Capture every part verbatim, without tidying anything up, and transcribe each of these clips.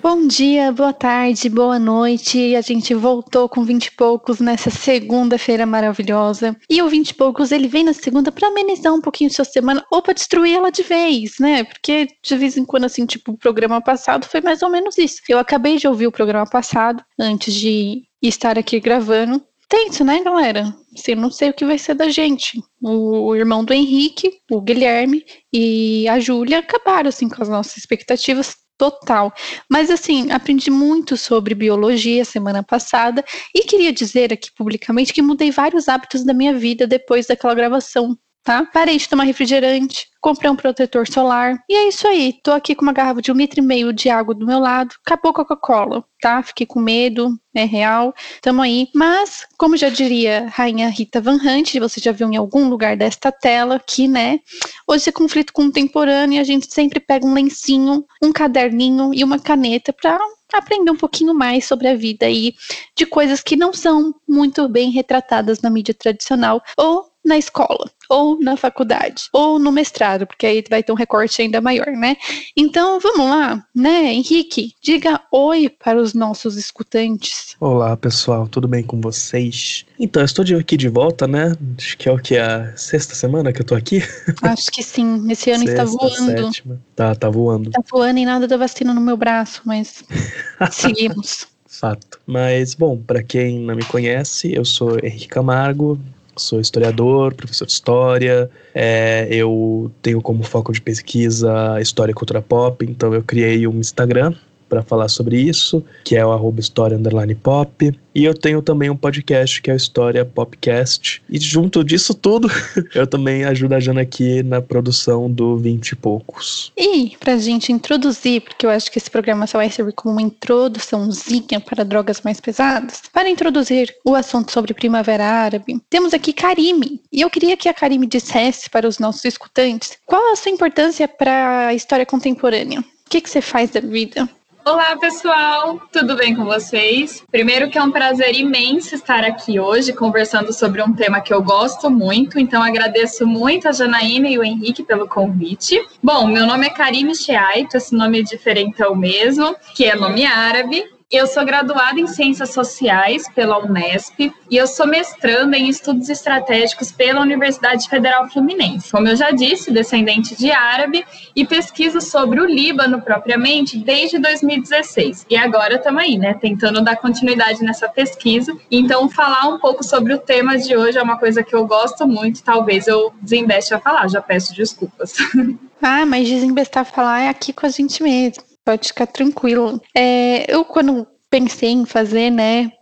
Bom dia, boa tarde, boa noite. A gente voltou com vinte e poucos nessa segunda-feira maravilhosa. E o vinte e poucos, ele vem na segunda para amenizar um pouquinho sua semana ou para destruir ela de vez, né? Porque de vez em quando, assim, tipo, o programa passado foi mais ou menos isso. Eu acabei de ouvir o programa passado, antes de estar aqui gravando. Tenso, né, galera? Assim, não sei o que vai ser da gente. O, o irmão do Henrique, o Guilherme e a Júlia acabaram, assim, com as nossas expectativas total. Mas, assim, aprendi muito sobre biologia semana passada e queria dizer aqui publicamente que mudei vários hábitos da minha vida depois daquela gravação, tá? Parei de tomar refrigerante, comprei um protetor solar e é isso aí. Tô aqui com uma garrafa de um litro e meio de água do meu lado. Acabou a Coca-Cola, tá? Fiquei com medo, é real. Tamo aí. Mas, como já diria Rainha Rita Van Hunt, você já viu em algum lugar desta tela que, né? Hoje é conflito contemporâneo, a gente sempre pega um lencinho, um caderninho e uma caneta pra aprender um pouquinho mais sobre a vida aí de coisas que não são muito bem retratadas na mídia tradicional ou na escola, ou na faculdade, ou no mestrado, porque aí vai ter um recorte ainda maior, né? Então, vamos lá, né? Henrique, diga oi para os nossos escutantes. Olá, pessoal, tudo bem com vocês? Então, eu estou de- aqui de volta, né? Acho que é o que? A sexta semana que eu tô aqui? Acho que sim, esse ano está Sexta, voando. sétima. Tá, tá voando. Tá voando e nada da vacina no meu braço, mas seguimos. Fato. Mas, bom, para quem não me conhece, eu sou Henrique Camargo, sou historiador, professor de história. É, eu tenho como foco de pesquisa história e cultura pop, então eu criei um Instagram para falar sobre isso, que é o arroba história underline pop. E eu tenho também um podcast, que é o História Popcast. E junto disso tudo, eu também ajudo a Jana aqui na produção do vinte e poucos. E pra gente introduzir, porque eu acho que esse programa só vai servir como uma introduçãozinha para drogas mais pesadas, para introduzir o assunto sobre Primavera Árabe, temos aqui Karime. E eu queria que a Karime dissesse para os nossos escutantes qual a sua importância para a história contemporânea. O que, que você faz da vida? Olá, pessoal! Tudo bem com vocês? Primeiro que é um prazer imenso estar aqui hoje conversando sobre um tema que eu gosto muito, então agradeço muito a Janaína e o Henrique pelo convite. Bom, meu nome é Karime Sheaito, esse nome é diferentão mesmo, que é nome árabe. Eu sou graduada em Ciências Sociais pela Unesp e eu sou mestranda em Estudos Estratégicos pela Universidade Federal Fluminense. Como eu já disse, descendente de árabe e pesquiso sobre o Líbano propriamente desde dois mil e dezesseis. E agora estamos aí, né, tentando dar continuidade nessa pesquisa. Então, falar um pouco sobre o tema de hoje é uma coisa que eu gosto muito. Talvez eu desembeste a falar, já peço desculpas. Ah, mas desembestar a falar é aqui com a gente mesmo. Pode ficar tranquilo. É, eu, quando pensei em fazer, né,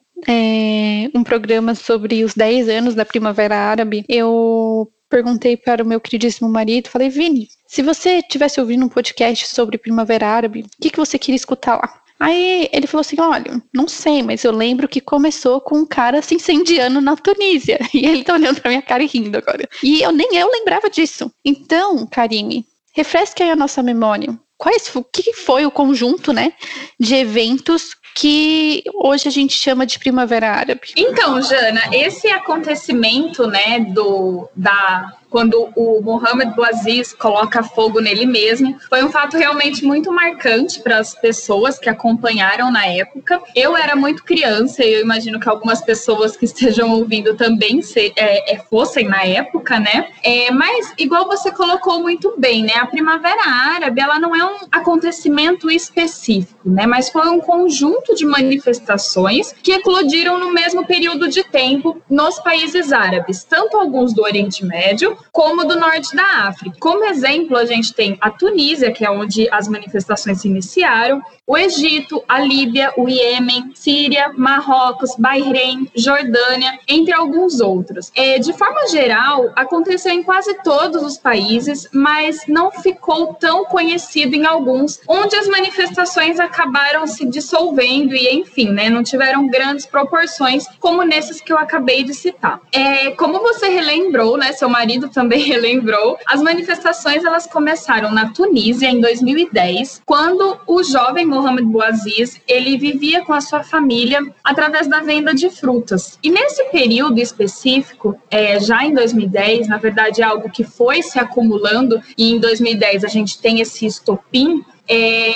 é, um programa sobre os dez anos da Primavera Árabe, eu perguntei para o meu queridíssimo marido, falei, Vini, se você tivesse ouvindo um podcast sobre Primavera Árabe, o que, que você queria escutar lá? Aí ele falou assim, olha, não sei, mas eu lembro que começou com um cara se incendiando na Tunísia. E ele tá olhando pra minha cara e rindo agora. E eu nem eu lembrava disso. Então, Karime, refresque aí a nossa memória. Quais, o que foi o conjunto, né, de eventos que hoje a gente chama de Primavera Árabe? Então, Jana, esse acontecimento, né, do, da, quando o Mohamed Bouaziz coloca fogo nele mesmo, foi um fato realmente muito marcante para as pessoas que acompanharam na época. Eu era muito criança e eu imagino que algumas pessoas que estejam ouvindo também se, é, é, fossem na época, né? É, mas, igual você colocou muito bem, né, a Primavera Árabe, ela não é um acontecimento específico, né, mas foi um conjunto de manifestações que eclodiram no mesmo período de tempo nos países árabes, tanto alguns do Oriente Médio como do norte da África. Como exemplo, a gente tem a Tunísia, que é onde as manifestações se iniciaram, o Egito, a Líbia, o Iêmen, Síria, Marrocos, Bahrein, Jordânia, entre alguns outros. É, de forma geral, aconteceu em quase todos os países, mas não ficou tão conhecido em alguns, onde as manifestações acabaram se dissolvendo e, enfim, né, não tiveram grandes proporções como nesses que eu acabei de citar. É, como você relembrou, né, seu marido também relembrou, as manifestações elas começaram na Tunísia em dois mil e dez, quando o jovem Mohamed Bouaziz, ele vivia com a sua família através da venda de frutas. E nesse período específico, é, já em dois mil e dez, na verdade é algo que foi se acumulando, e em dois mil e dez a gente tem esse estopim, é,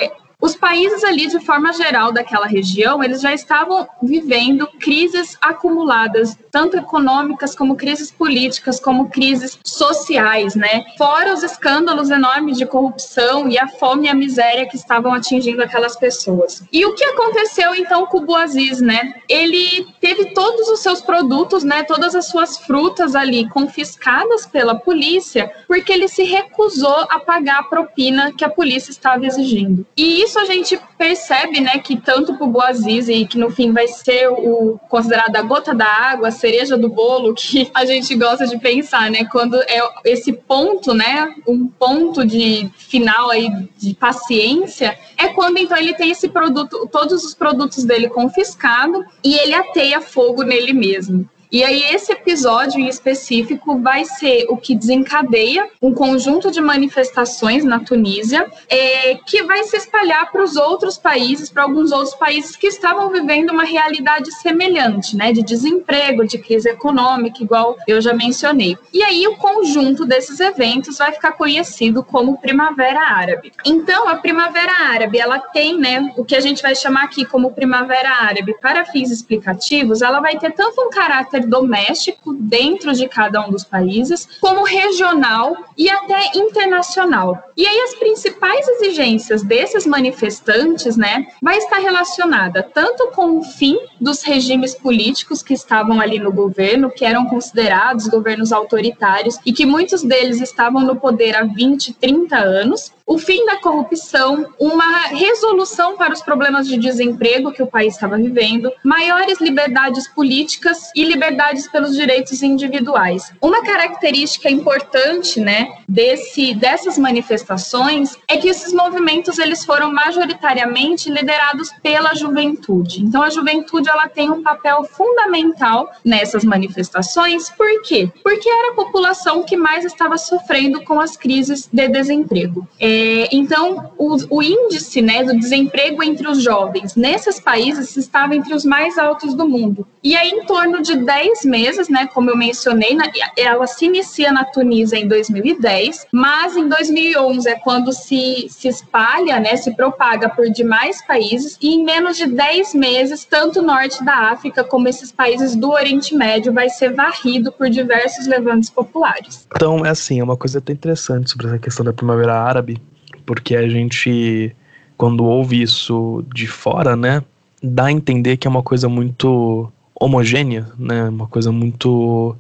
os países ali, de forma geral, daquela região, eles já estavam vivendo crises acumuladas, tanto econômicas como crises políticas, como crises sociais, né? Fora os escândalos enormes de corrupção e a fome e a miséria que estavam atingindo aquelas pessoas. E o que aconteceu, então, com o Bouaziz, né? Ele teve todos os seus produtos, né? Todas as suas frutas ali confiscadas pela polícia, porque ele se recusou a pagar a propina que a polícia estava exigindo. E isso a gente percebe, né, que tanto para o Bouaziz, e que no fim vai ser o considerado a gota da água, a cereja do bolo, que a gente gosta de pensar, né, quando é esse ponto, né, um ponto de final aí de paciência, é quando então ele tem esse produto, todos os produtos dele confiscados, e ele ateia fogo nele mesmo. E aí esse episódio em específico vai ser o que desencadeia um conjunto de manifestações na Tunísia, é, que vai se espalhar para os outros países, para alguns outros países que estavam vivendo uma realidade semelhante, né, de desemprego, de crise econômica, igual eu já mencionei. E aí o conjunto desses eventos vai ficar conhecido como Primavera Árabe. Então a Primavera Árabe, ela tem, né, o que a gente vai chamar aqui como Primavera Árabe para fins explicativos, ela vai ter tanto um caráter doméstico dentro de cada um dos países, como regional e até internacional. E aí as principais exigências desses manifestantes, né, vai estar relacionada tanto com o fim dos regimes políticos que estavam ali no governo, que eram considerados governos autoritários e que muitos deles estavam no poder há vinte, trinta anos, o fim da corrupção, uma resolução para os problemas de desemprego que o país estava vivendo, maiores liberdades políticas e liberdades pelos direitos individuais. Uma característica importante, né, desse, dessas manifestações é que esses movimentos eles foram majoritariamente liderados pela juventude. Então a juventude ela tem um papel fundamental nessas manifestações. Por quê? Porque era a população que mais estava sofrendo com as crises de desemprego. É, então, o, o índice, né, do desemprego entre os jovens nesses países estava entre os mais altos do mundo. E aí, em torno de dez meses, né, como eu mencionei, na, ela se inicia na Tunísia em dois mil e dez, mas em dois mil e onze é quando se, se espalha, né, se propaga por demais países, e em menos de dez meses, tanto o norte da África como esses países do Oriente Médio vai ser varrido por diversos levantes populares. Então, é assim, é uma coisa até interessante sobre essa questão da Primavera Árabe, porque a gente, quando ouve isso de fora, né, dá a entender que é uma coisa muito homogênea, né, uma coisa muito,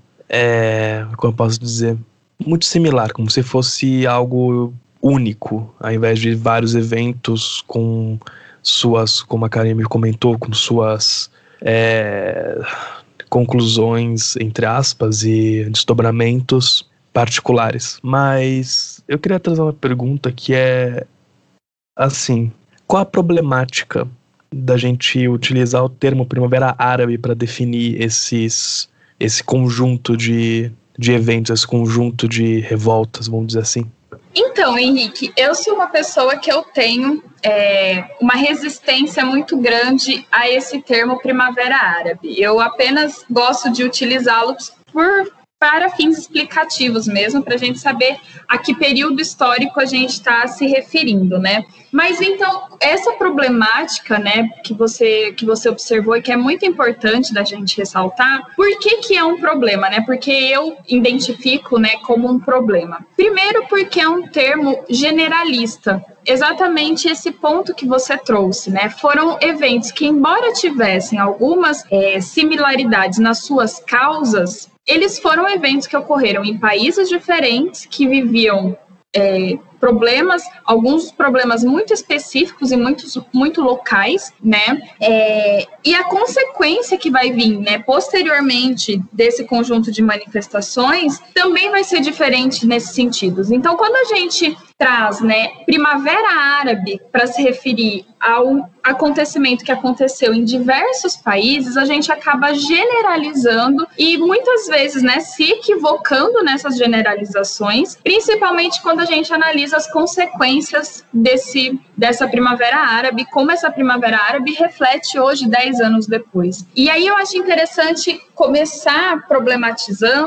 é, como eu posso dizer, muito similar, como se fosse algo único, ao invés de vários eventos com suas, como a Karime comentou, com suas é, conclusões, entre aspas, e desdobramentos particulares. Mas eu queria trazer uma pergunta que é assim, qual a problemática da gente utilizar o termo Primavera Árabe para definir esses, esse conjunto de, de eventos, esse conjunto de revoltas, vamos dizer assim? Então, Henrique, eu sou uma pessoa que eu tenho é, uma resistência muito grande a esse termo Primavera Árabe. Eu apenas gosto de utilizá-los por para fins explicativos mesmo, para a gente saber a que período histórico a gente está se referindo, né? Mas então, essa problemática, né, que você, que você observou e que é muito importante da gente ressaltar, por que que é um problema, né? Porque eu identifico, né, como um problema. Primeiro porque é um termo generalista, exatamente esse ponto que você trouxe, né? Foram eventos que, embora tivessem algumas é, similaridades nas suas causas, eles foram eventos que ocorreram em países diferentes, que viviam é, problemas, alguns problemas muito específicos e muitos, muito locais, né? É, e a consequência que vai vir, né, posteriormente desse conjunto de manifestações também vai ser diferente nesses sentidos. Então, quando a gente traz, né, Primavera Árabe para se referir ao acontecimento que aconteceu em diversos países, a gente acaba generalizando e muitas vezes, né, se equivocando nessas generalizações, principalmente quando a gente analisa as consequências desse, dessa Primavera Árabe, como essa Primavera Árabe reflete hoje, dez anos depois. E aí eu acho interessante começar problematizando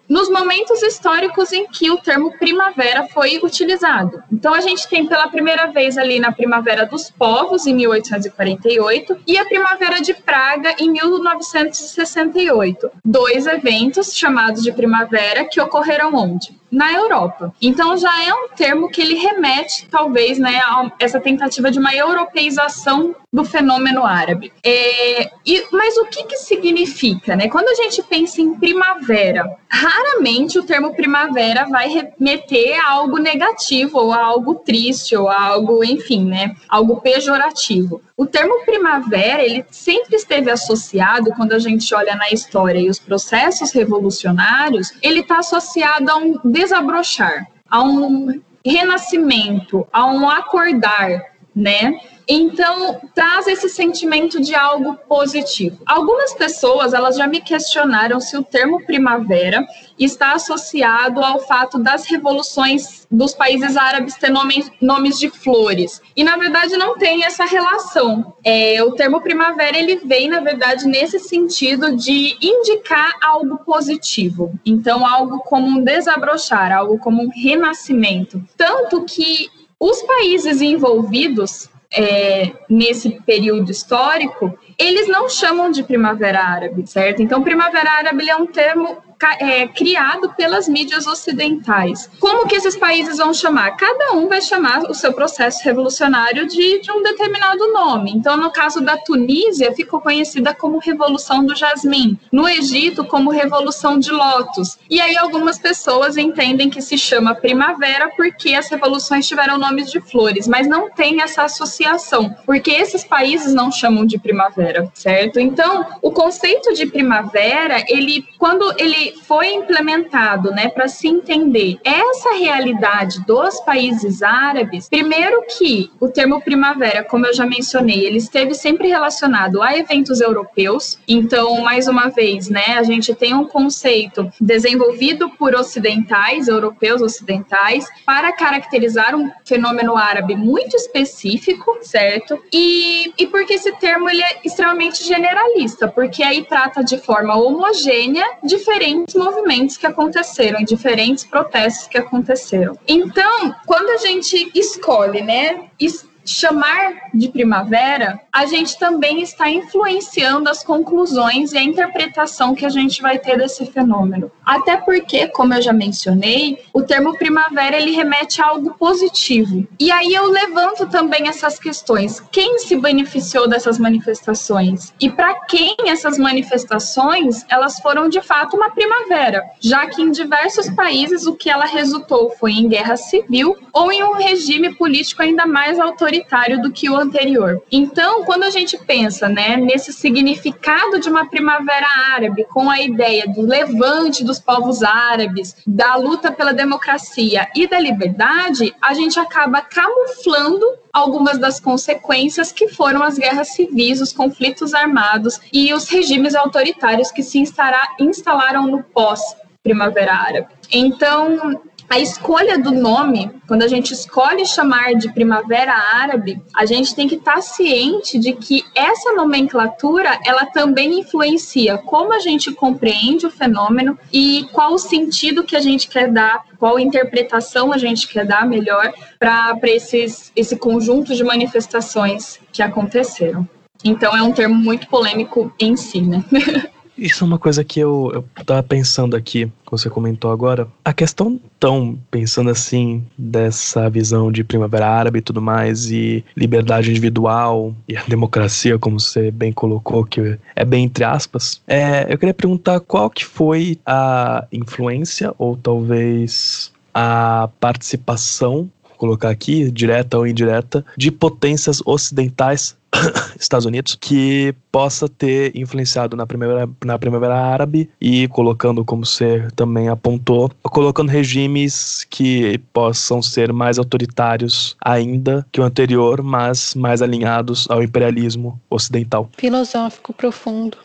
nos momentos históricos em que o termo primavera foi utilizado. Então, a gente tem pela primeira vez ali na Primavera dos Povos, em mil oitocentos e quarenta e oito, e a Primavera de Praga, em mil novecentos e sessenta e oito. Dois eventos chamados de primavera que ocorreram onde? Na Europa. Então, já é um termo que ele remete, talvez, né, a essa tentativa de uma europeização do fenômeno árabe. É, e, mas o que que significa, né? Quando a gente pensa em primavera, raramente o termo primavera vai remeter a algo negativo, ou a algo triste, ou a algo, enfim, né, algo pejorativo. O termo primavera, ele sempre esteve associado, quando a gente olha na história e os processos revolucionários, ele está associado a um desabrochar, a um renascimento, a um acordar, né? Então, traz esse sentimento de algo positivo. Algumas pessoas, elas já me questionaram se o termo primavera está associado ao fato das revoluções dos países árabes ter nomes, nomes de flores. E, na verdade, não tem essa relação. É, o termo primavera, ele vem, na verdade, nesse sentido de indicar algo positivo. Então, algo como um desabrochar, algo como um renascimento. Tanto que os países envolvidos É, nesse período histórico, eles não chamam de primavera árabe, certo? Então, primavera árabe é um termo é, criado pelas mídias ocidentais. Como que esses países vão chamar? Cada um vai chamar o seu processo revolucionário de, de um determinado nome. Então, no caso da Tunísia, ficou conhecida como Revolução do Jasmim. No Egito, como Revolução de Lótus. E aí, algumas pessoas entendem que se chama primavera porque as revoluções tiveram nomes de flores, mas não tem essa associação, porque esses países não chamam de primavera, certo? Então, o conceito de primavera, ele, quando ele foi implementado, né, para se entender essa realidade dos países árabes, primeiro que o termo primavera, como eu já mencionei, ele esteve sempre relacionado a eventos europeus. Então, mais uma vez, né, a gente tem um conceito desenvolvido por ocidentais, europeus ocidentais, para caracterizar um fenômeno árabe muito específico, certo? E, e porque esse termo ele é extremamente generalista, porque aí trata de forma homogênea diferentes movimentos que aconteceram, diferentes protestos que aconteceram. Então, quando a gente escolhe, né, chamar de primavera, a gente também está influenciando as conclusões e a interpretação que a gente vai ter desse fenômeno. Até porque, como eu já mencionei, o termo primavera ele remete a algo positivo. E aí eu levanto também essas questões. Quem se beneficiou dessas manifestações? E para quem essas manifestações, elas foram de fato uma primavera, já que em diversos países o que ela resultou foi em guerra civil ou em um regime político ainda mais autoritário do que o anterior. Então, quando a gente pensa, né, nesse significado de uma primavera árabe, com a ideia do levante dos povos árabes, da luta pela democracia e da liberdade, a gente acaba camuflando algumas das consequências que foram as guerras civis, os conflitos armados e os regimes autoritários que se instalaram no pós-primavera árabe. Então, a escolha do nome, quando a gente escolhe chamar de primavera árabe, a gente tem que estar ciente de que essa nomenclatura, ela também influencia como a gente compreende o fenômeno e qual o sentido que a gente quer dar, qual interpretação a gente quer dar melhor para esse conjunto de manifestações que aconteceram. Então, é um termo muito polêmico em si, né? Isso é uma coisa que eu, eu tava pensando aqui, que você comentou agora. A questão, tão pensando assim, dessa visão de primavera árabe e tudo mais, e liberdade individual, e a democracia, como você bem colocou, que é bem entre aspas, é, eu queria perguntar qual que foi a influência, ou talvez a participação, vou colocar aqui, direta ou indireta, de potências ocidentais, Estados Unidos, que possa ter influenciado na primavera, na primavera árabe e colocando, como você também apontou, colocando regimes que possam ser mais autoritários ainda que o anterior, mas mais alinhados ao imperialismo ocidental. Filosófico profundo.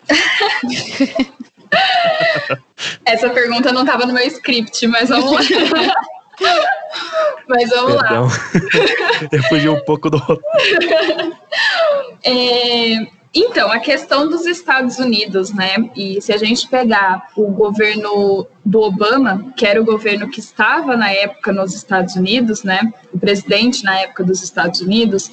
Essa pergunta não estava no meu script, mas vamos lá. Mas vamos Perdão. lá. Eu fugi um pouco do roteiro. É, Então, a questão dos Estados Unidos, né? E se a gente pegar o governo do Obama, que era o governo que estava na época nos Estados Unidos, né? O presidente na época dos Estados Unidos,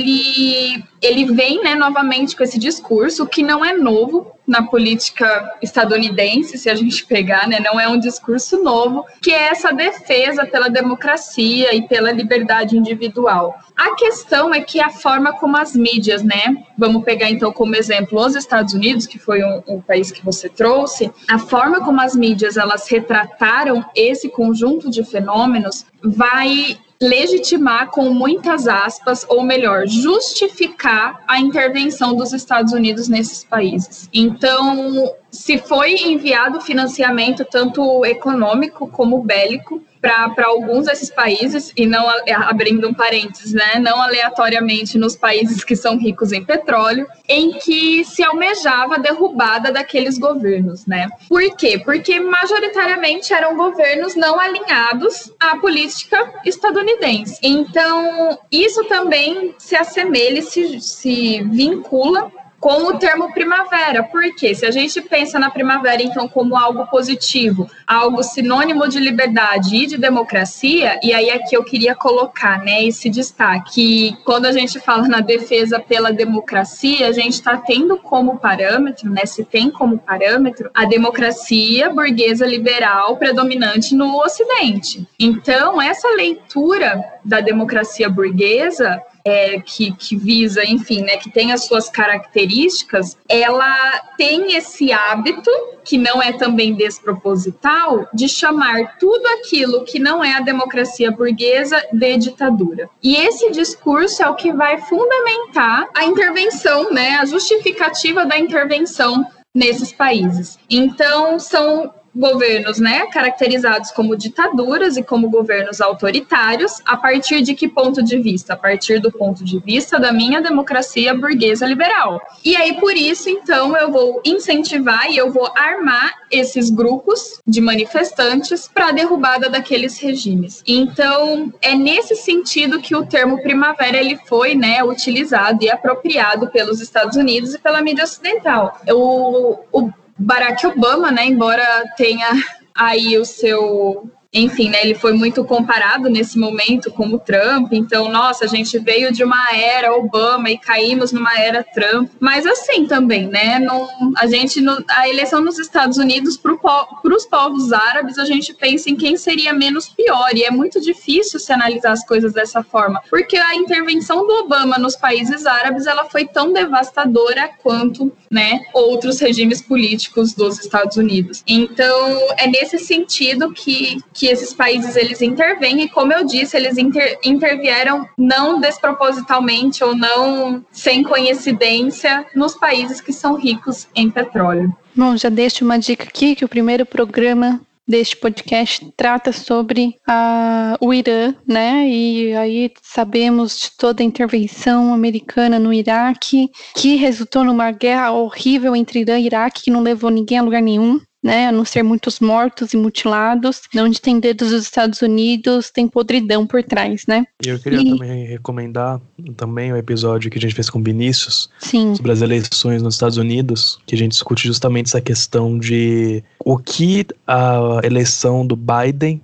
ele, ele vem, né, novamente com esse discurso que não é novo na política estadunidense, se a gente pegar, né? Não é um discurso novo, que é essa defesa pela democracia e pela liberdade individual. A questão é que a forma como as mídias, né? Vamos pegar então como exemplo os Estados Unidos, que foi um, um país que você trouxe, a forma como as mídias elas retrataram esse conjunto de fenômenos vai legitimar com muitas aspas, ou melhor, justificar a intervenção dos Estados Unidos nesses países. Então, se foi enviado financiamento tanto econômico como bélico para alguns desses países, e não, abrindo um parênteses, né, não aleatoriamente nos países que são ricos em petróleo, em que se almejava a derrubada daqueles governos, né? Por quê? Porque majoritariamente eram governos não alinhados à política estadunidense. Então, isso também se assemelha, se, se vincula com o termo primavera, porque se a gente pensa na primavera, então, como algo positivo, algo sinônimo de liberdade e de democracia, e aí aqui eu queria colocar, né, esse destaque, que quando a gente fala na defesa pela democracia, a gente está tendo como parâmetro, né, se tem como parâmetro, a democracia burguesa liberal predominante no Ocidente. Então, essa leitura da democracia burguesa, É, que, que visa, enfim, né, que tem as suas características, ela tem esse hábito, que não é também desproposital, de chamar tudo aquilo que não é a democracia burguesa de ditadura. E esse discurso é o que vai fundamentar a intervenção, né, a justificativa da intervenção nesses países. Então, são governos, né, caracterizados como ditaduras e como governos autoritários, a partir de que ponto de vista? A partir do ponto de vista da minha democracia burguesa liberal. E aí, por isso, então, eu vou incentivar e eu vou armar esses grupos de manifestantes para a derrubada daqueles regimes. Então, é nesse sentido que o termo primavera ele foi, né, utilizado e apropriado pelos Estados Unidos e pela mídia ocidental. O, o Barack Obama, né, embora tenha aí o seu... Enfim, né, ele foi muito comparado nesse momento com o Trump, então, nossa, a gente veio de uma era Obama e caímos numa era Trump, mas assim também, né, não, a gente, no, a eleição nos Estados Unidos para os povos árabes, a gente pensa em quem seria menos pior, e é muito difícil se analisar as coisas dessa forma, porque a intervenção do Obama nos países árabes, ela foi tão devastadora quanto, né, outros regimes políticos dos Estados Unidos. Então, é nesse sentido que que esses países eles intervêm e, como eu disse, eles inter, intervieram não despropositalmente ou não sem coincidência nos países que são ricos em petróleo. Bom, já deixo uma dica aqui que o primeiro programa deste podcast trata sobre a, o Irã, né? E aí sabemos de toda a intervenção americana no Iraque, que resultou numa guerra horrível entre Irã e Iraque, que não levou ninguém a lugar nenhum, né, a não ser muitos mortos e mutilados. Onde tem dedos dos Estados Unidos, tem podridão por trás, né? E eu queria e... também recomendar também o episódio que a gente fez com o Vinícius, Sim. sobre as eleições nos Estados Unidos, que a gente discute justamente essa questão de o que a eleição do Biden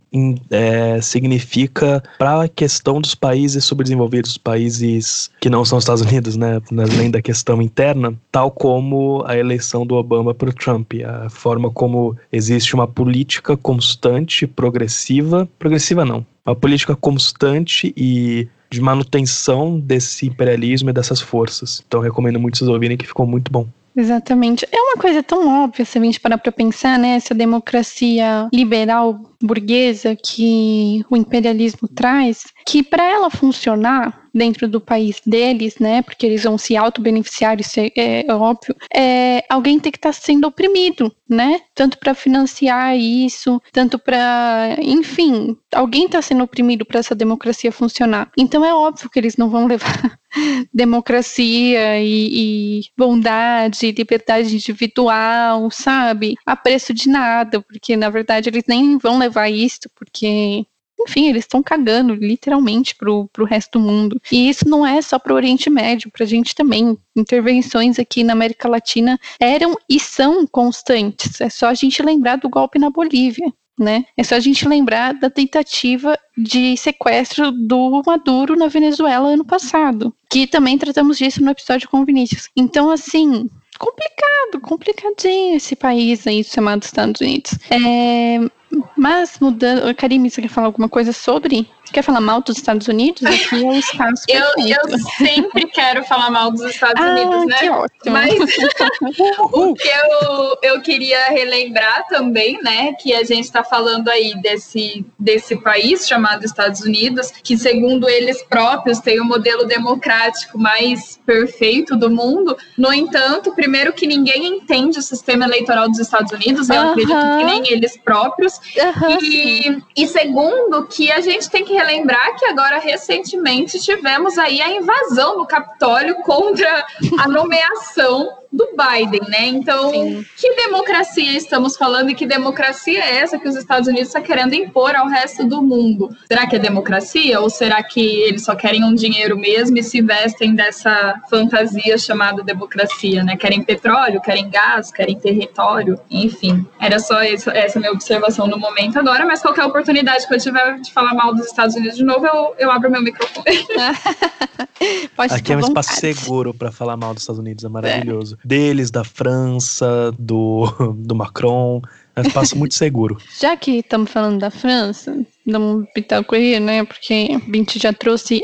é, significa para a questão dos países subdesenvolvidos, países que não são os Estados Unidos, né, além da questão interna, tal como a eleição do Obama para o Trump, a forma como existe uma política constante, progressiva, progressiva não, uma política constante e de manutenção desse imperialismo e dessas forças. Então eu recomendo muito vocês ouvirem, que ficou muito bom. Exatamente. É uma coisa tão óbvia se a gente parar para pensar, né? Essa democracia liberal burguesa que o imperialismo traz, que para ela funcionar dentro do país deles, né? Porque eles vão se auto-beneficiar, isso é, é óbvio. É, alguém tem que estar sendo oprimido, né? Tanto para financiar isso, tanto para, enfim, alguém está sendo oprimido para essa democracia funcionar. Então é óbvio que eles não vão levar democracia e, e bondade, liberdade individual, sabe? A preço de nada, porque na verdade eles nem vão levar isso, porque enfim, eles estão cagando literalmente pro, pro resto do mundo. E isso não é só pro Oriente Médio, pra gente também. Intervenções aqui na América Latina eram e são constantes. É só a gente lembrar do golpe na Bolívia, né? É só a gente lembrar da tentativa de sequestro do Maduro na Venezuela ano passado, que também tratamos disso no episódio com o Vinícius. Então, assim, complicado, complicadinho esse país aí chamado Estados Unidos. É, mas mudando, Karime, você quer falar alguma coisa sobre? Você quer falar mal dos Estados Unidos? Aqui é o espaço eu, eu sempre quero falar mal dos Estados ah, Unidos, né? Que ótimo. Mas o que eu, eu queria relembrar também, né, que a gente está falando aí desse, desse país chamado Estados Unidos, que segundo eles próprios tem o modelo democrático mais perfeito do mundo. No entanto, primeiro que ninguém entende o sistema eleitoral dos Estados Unidos, eu uh-huh. acredito que nem eles próprios. Uh-huh. E, e segundo, que a gente tem que relembrar que agora, recentemente, tivemos aí a invasão no Capitólio contra a nomeação do Biden, né? Então, Sim. que democracia estamos falando e que democracia é essa que os Estados Unidos estão querendo impor ao resto do mundo? Será que é democracia ou será que eles só querem um dinheiro mesmo e se vestem dessa fantasia chamada democracia, né? Querem petróleo, querem gás, querem território, enfim. Era só isso, essa minha observação no momento agora, mas qualquer oportunidade que eu tiver de falar mal dos Estados Unidos de novo, eu, eu abro meu microfone. Pode Aqui é um vontade. espaço seguro para falar mal dos Estados Unidos, é maravilhoso. É. Deles, da França, do, do Macron, é um espaço muito seguro. Já que estamos falando da França, damos um pitaco aí, né, porque a gente já trouxe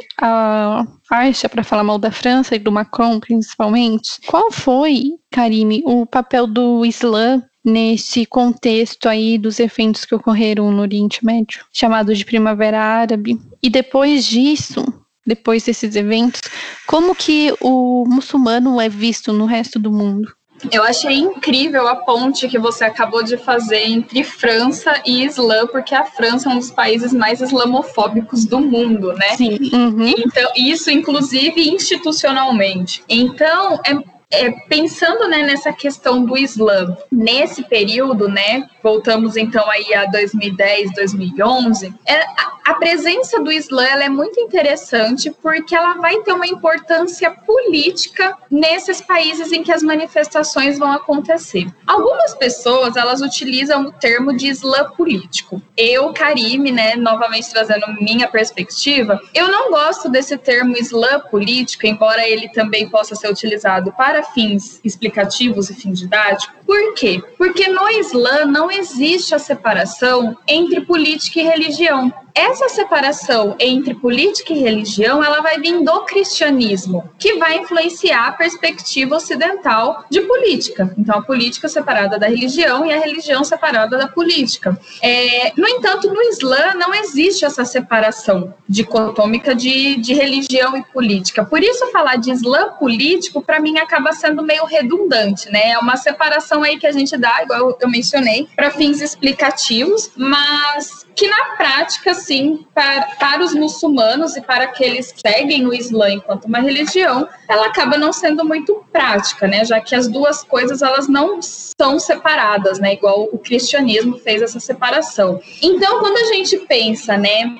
a Aisha para falar mal da França e do Macron, principalmente. Qual foi, Karime, o papel do Islã nesse contexto aí dos eventos que ocorreram no Oriente Médio, chamado de Primavera Árabe? E depois disso, depois desses eventos, como que o muçulmano é visto no resto do mundo? Eu achei incrível a ponte que você acabou de fazer entre França e Islã, porque a França é um dos países mais islamofóbicos do mundo, né? Sim. Uhum. Então, isso, inclusive, institucionalmente. Então, é É, pensando, né, nessa questão do Islã, nesse período, né, voltamos então aí a dois mil e dez, dois mil e onze, é, a, a presença do Islã ela é muito interessante porque ela vai ter uma importância política nesses países em que as manifestações vão acontecer. Algumas pessoas, elas utilizam o termo de Islã político. Eu, Karime, né, novamente trazendo minha perspectiva, eu não gosto desse termo Islã político, embora ele também possa ser utilizado para fins explicativos e fins didáticos. Por quê? Porque no Islã não existe a separação entre política e religião. Essa separação entre política e religião, ela vai vir do cristianismo, que vai influenciar a perspectiva ocidental de política. Então, a política separada da religião e a religião separada da política. É, no entanto, no Islã não existe essa separação dicotômica de, de religião e política. Por isso, falar de Islã político, para mim, acaba sendo meio redundante, né? É uma separação aí que a gente dá, igual eu mencionei, para fins explicativos, mas que na prática, sim, para, para os muçulmanos e para aqueles que seguem o Islã enquanto uma religião, ela acaba não sendo muito prática, né? Já que as duas coisas, elas não são separadas, né? Igual o cristianismo fez essa separação. Então, quando a gente pensa, né,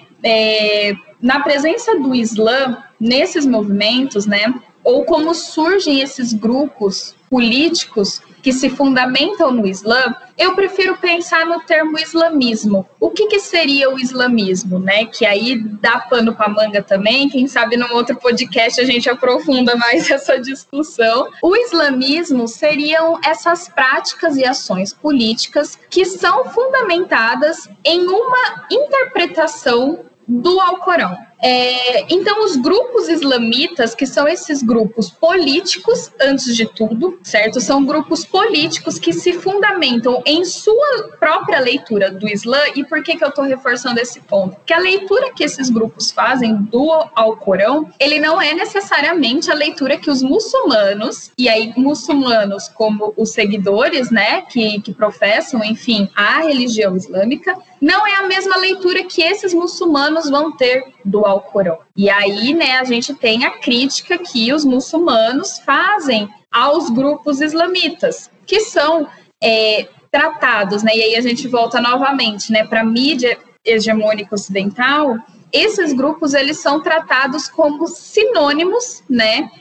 é, na presença do Islã nesses movimentos, né, ou como surgem esses grupos políticos que se fundamentam no Islã, eu prefiro pensar no termo islamismo. O que, que seria o islamismo, né? Que aí dá pano para manga também, quem sabe num outro podcast a gente aprofunda mais essa discussão. O islamismo seriam essas práticas e ações políticas que são fundamentadas em uma interpretação do Alcorão. É, então, os grupos islamitas, que são esses grupos políticos, antes de tudo, certo? São grupos políticos que se fundamentam em sua própria leitura do Islã. E por que, que eu estou reforçando esse ponto? Porque a leitura que esses grupos fazem do Alcorão, ele não é necessariamente a leitura que os muçulmanos, e aí muçulmanos como os seguidores, né, que, que professam, enfim, a religião islâmica, não é a mesma leitura que esses muçulmanos vão ter do Alcorão. E aí, né, a gente tem a crítica que os muçulmanos fazem aos grupos islamitas, que são é, tratados, né, e aí a gente volta novamente, né, para a mídia hegemônica ocidental, esses grupos eles são tratados como sinônimos, né,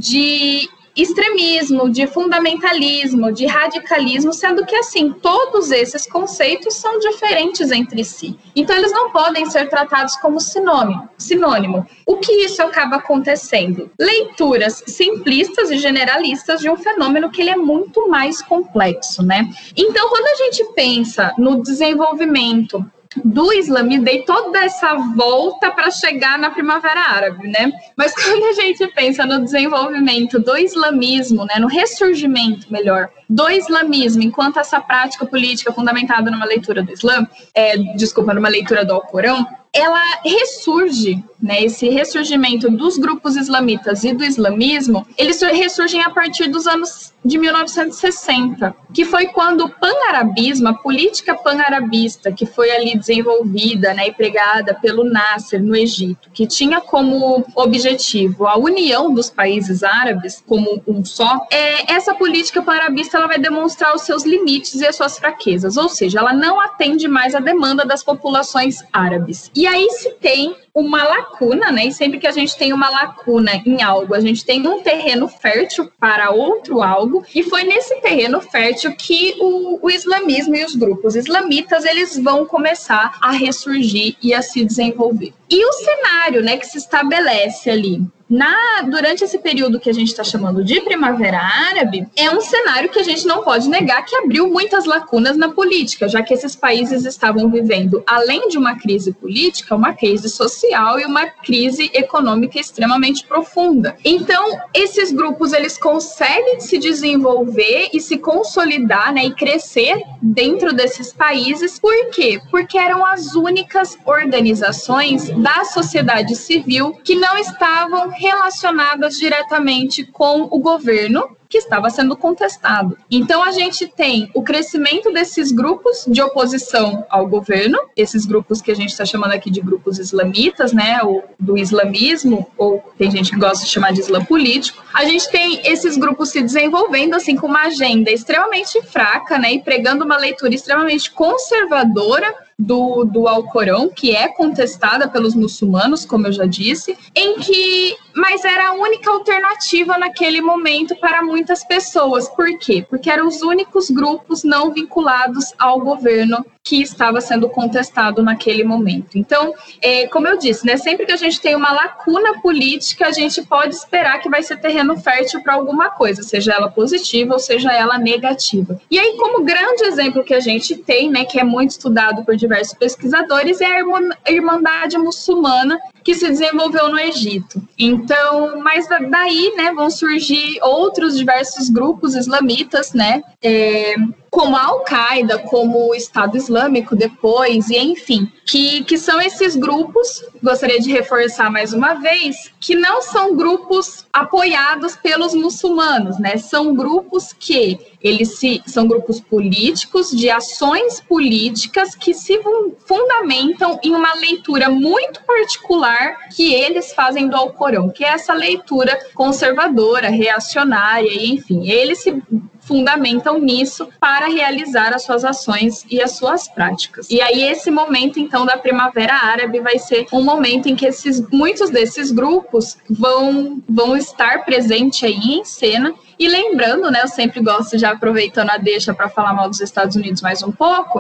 de extremismo, de fundamentalismo, de radicalismo, sendo que, assim, todos esses conceitos são diferentes entre si. Então, eles não podem ser tratados como sinônimo. sinônimo. O que isso acaba acontecendo? Leituras simplistas e generalistas de um fenômeno que ele é muito mais complexo, né? Então, quando a gente pensa no desenvolvimento do islamismo, dei toda essa volta para chegar na Primavera Árabe, né? Mas quando a gente pensa no desenvolvimento do islamismo, né, no ressurgimento, melhor, do islamismo, enquanto essa prática política fundamentada numa leitura do Islã, é, desculpa, numa leitura do Alcorão, ela ressurge, né, esse ressurgimento dos grupos islamitas e do islamismo, eles ressurgem a partir dos anos de mil novecentos e sessenta, que foi quando o pan-arabismo, a política pan-arabista, que foi ali desenvolvida, né, e pregada pelo Nasser no Egito, que tinha como objetivo a união dos países árabes como um só, é, essa política pan-arabista ela vai demonstrar os seus limites e as suas fraquezas, ou seja, ela não atende mais à demanda das populações árabes. E aí se tem uma lacuna, né? E sempre que a gente tem uma lacuna em algo, a gente tem um terreno fértil para outro algo, e foi nesse terreno fértil que o, o islamismo e os grupos islamitas, eles vão começar a ressurgir e a se desenvolver. E o cenário, né, que se estabelece ali Na, durante esse período que a gente está chamando de Primavera Árabe, é um cenário que a gente não pode negar que abriu muitas lacunas na política, já que esses países estavam vivendo, além de uma crise política, uma crise social e uma crise econômica extremamente profunda. Então, esses grupos, eles conseguem se desenvolver e se consolidar, né, e crescer dentro desses países. Por quê? Porque eram as únicas organizações da sociedade civil que não estavam relacionadas diretamente com o governo que estava sendo contestado. Então, a gente tem o crescimento desses grupos de oposição ao governo, esses grupos que a gente está chamando aqui de grupos islamitas, né, ou do islamismo, ou tem gente que gosta de chamar de islã político. A gente tem esses grupos se desenvolvendo, assim, com uma agenda extremamente fraca, né, e pregando uma leitura extremamente conservadora do, do Alcorão, que é contestada pelos muçulmanos, como eu já disse, em que, mas era a única alternativa naquele momento para muitas pessoas. Por quê? Porque eram os únicos grupos não vinculados ao governo que estava sendo contestado naquele momento. Então, é, como eu disse, né, sempre que a gente tem uma lacuna política, a gente pode esperar que vai ser terreno fértil para alguma coisa, seja ela positiva ou seja ela negativa. E aí, como grande exemplo que a gente tem, né, que é muito estudado por diversos pesquisadores, é a Irmandade Muçulmana, que se desenvolveu no Egito. Então, mas daí, né, vão surgir outros diversos grupos islamitas, né, é, como a Al-Qaeda, como o Estado Islâmico depois, e enfim, que, que são esses grupos, gostaria de reforçar mais uma vez, que não são grupos apoiados pelos muçulmanos, né? São grupos que eles se, são grupos políticos, de ações políticas que se fundamentam em uma leitura muito particular que eles fazem do Alcorão, que é essa leitura conservadora, reacionária, e enfim, eles se fundamentam nisso para realizar as suas ações e as suas práticas. E aí esse momento, então, da Primavera Árabe vai ser um momento em que esses, muitos desses grupos vão, vão estar presentes aí em cena. E lembrando, né, eu sempre gosto, já aproveitando a deixa para falar mal dos Estados Unidos mais um pouco,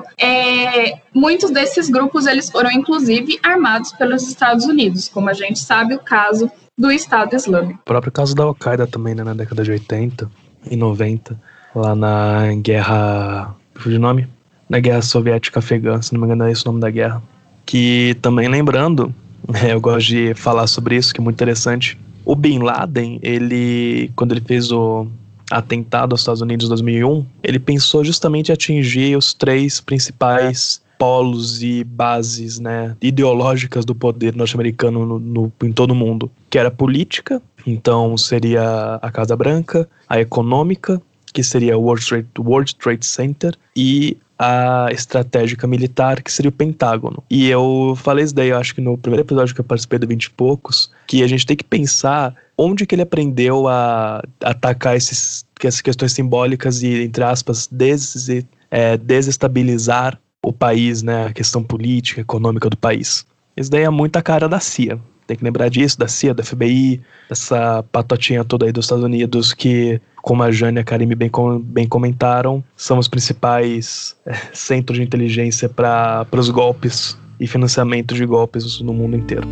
é, muitos desses grupos eles foram, inclusive, armados pelos Estados Unidos, como a gente sabe o caso do Estado Islâmico. O próprio caso da Al-Qaeda também, né, na década de oitenta e noventa, lá na guerra, fugiu o nome? Na guerra soviética afegã, se não me engano é esse o nome da guerra. Que também lembrando, é, eu gosto de falar sobre isso, que é muito interessante. O Bin Laden, ele, quando ele fez o atentado aos Estados Unidos em dois mil e um, ele pensou justamente em atingir os três principais polos e bases, né, ideológicas do poder norte-americano no, no, em todo o mundo, que era a política, então seria a Casa Branca, a econômica, que seria o World Trade, World Trade Center, e a estratégica militar, que seria o Pentágono. E eu falei isso daí, eu acho que no primeiro episódio que eu participei do vinte e poucos, que a gente tem que pensar onde que ele aprendeu a atacar esses, essas questões simbólicas e, entre aspas, des, é, desestabilizar o país, né, a questão política, econômica do país. Isso daí é muito a cara da C I A. Tem que lembrar disso, da C I A, da F B I, essa patotinha toda aí dos Estados Unidos que, como a Jane e a Karime bem, bem comentaram, são os principais é, centros de inteligência para os golpes e financiamento de golpes no mundo inteiro.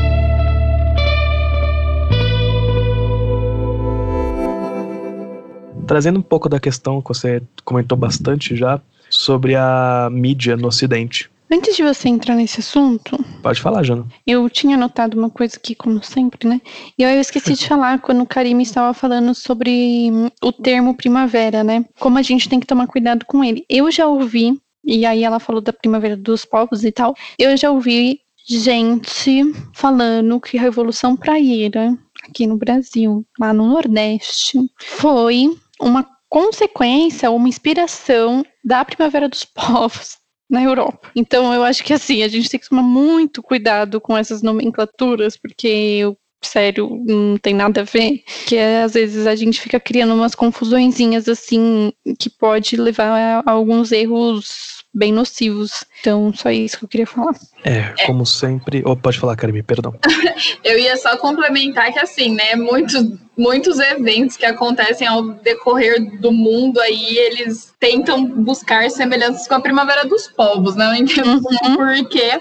Trazendo um pouco da questão que você comentou bastante já, sobre a mídia no Ocidente. Antes de você entrar nesse assunto... Pode falar, Jana. Eu tinha anotado uma coisa aqui, como sempre, né? E eu esqueci de falar quando o Karime estava falando sobre o termo primavera, né? Como a gente tem que tomar cuidado com ele. Eu já ouvi, e aí ela falou da primavera dos povos e tal, eu já ouvi gente falando que a Revolução Praieira, aqui no Brasil, lá no Nordeste, foi uma consequência, uma inspiração da Primavera dos Povos na Europa. Então eu acho que assim, a gente tem que tomar muito cuidado com essas nomenclaturas, porque sério, não tem nada a ver, que é, às vezes a gente fica criando umas confusõezinhas assim, que pode levar a alguns erros bem nocivos. Então, só isso que eu queria falar. É, como é. sempre... Oh, pode falar, Karime, perdão. Eu ia só complementar que, assim, né, muitos, muitos eventos que acontecem ao decorrer do mundo aí, eles tentam buscar semelhanças com a Primavera dos Povos, né? Não entendo uhum. por quê,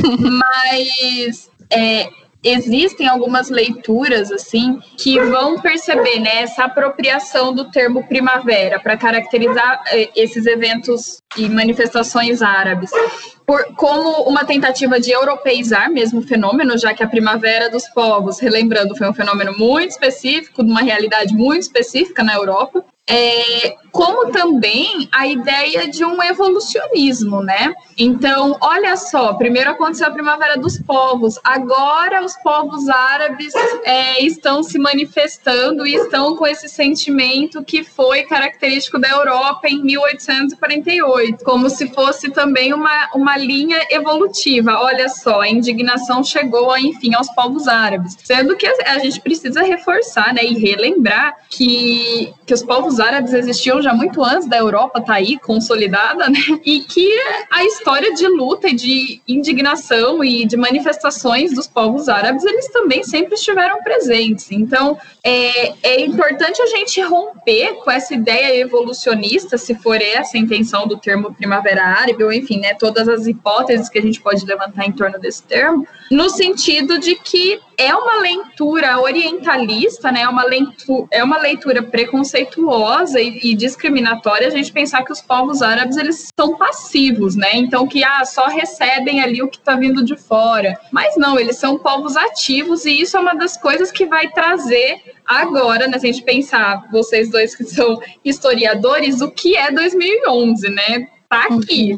mas... É, existem algumas leituras, assim, que vão perceber, né, essa apropriação do termo primavera para caracterizar eh, esses eventos e manifestações árabes por, como uma tentativa de europeizar mesmo o fenômeno, já que a Primavera dos Povos, relembrando, foi um fenômeno muito específico, de uma realidade muito específica na Europa, é, como também a ideia de um evolucionismo, né? Então, olha só, primeiro aconteceu a Primavera dos Povos, agora os povos árabes é, estão se manifestando e estão com esse sentimento que foi característico da Europa em mil oitocentos e quarenta e oito, como se fosse também uma, uma linha evolutiva. Olha só, a indignação chegou, enfim, aos povos árabes, sendo que a gente precisa reforçar, né, e relembrar que, que os povos árabes existiam já muito antes da Europa estar tá aí consolidada, né? E que a história de luta e de indignação e de manifestações dos povos árabes, eles também sempre estiveram presentes. Então, é, é importante a gente romper com essa ideia evolucionista, se for essa a intenção do termo Primavera Árabe, ou enfim, né, todas as hipóteses que a gente pode levantar em torno desse termo, no sentido de que é uma leitura orientalista, né, uma leitura, é uma leitura preconceituosa e, e discriminatória a gente pensar que os povos árabes, eles são passivos, né, então que ah, só recebem ali o que está vindo de fora, mas não, eles são povos ativos e isso é uma das coisas que vai trazer agora, né, se a gente pensar, vocês dois que são historiadores, o que é dois mil e onze, né, tá aqui,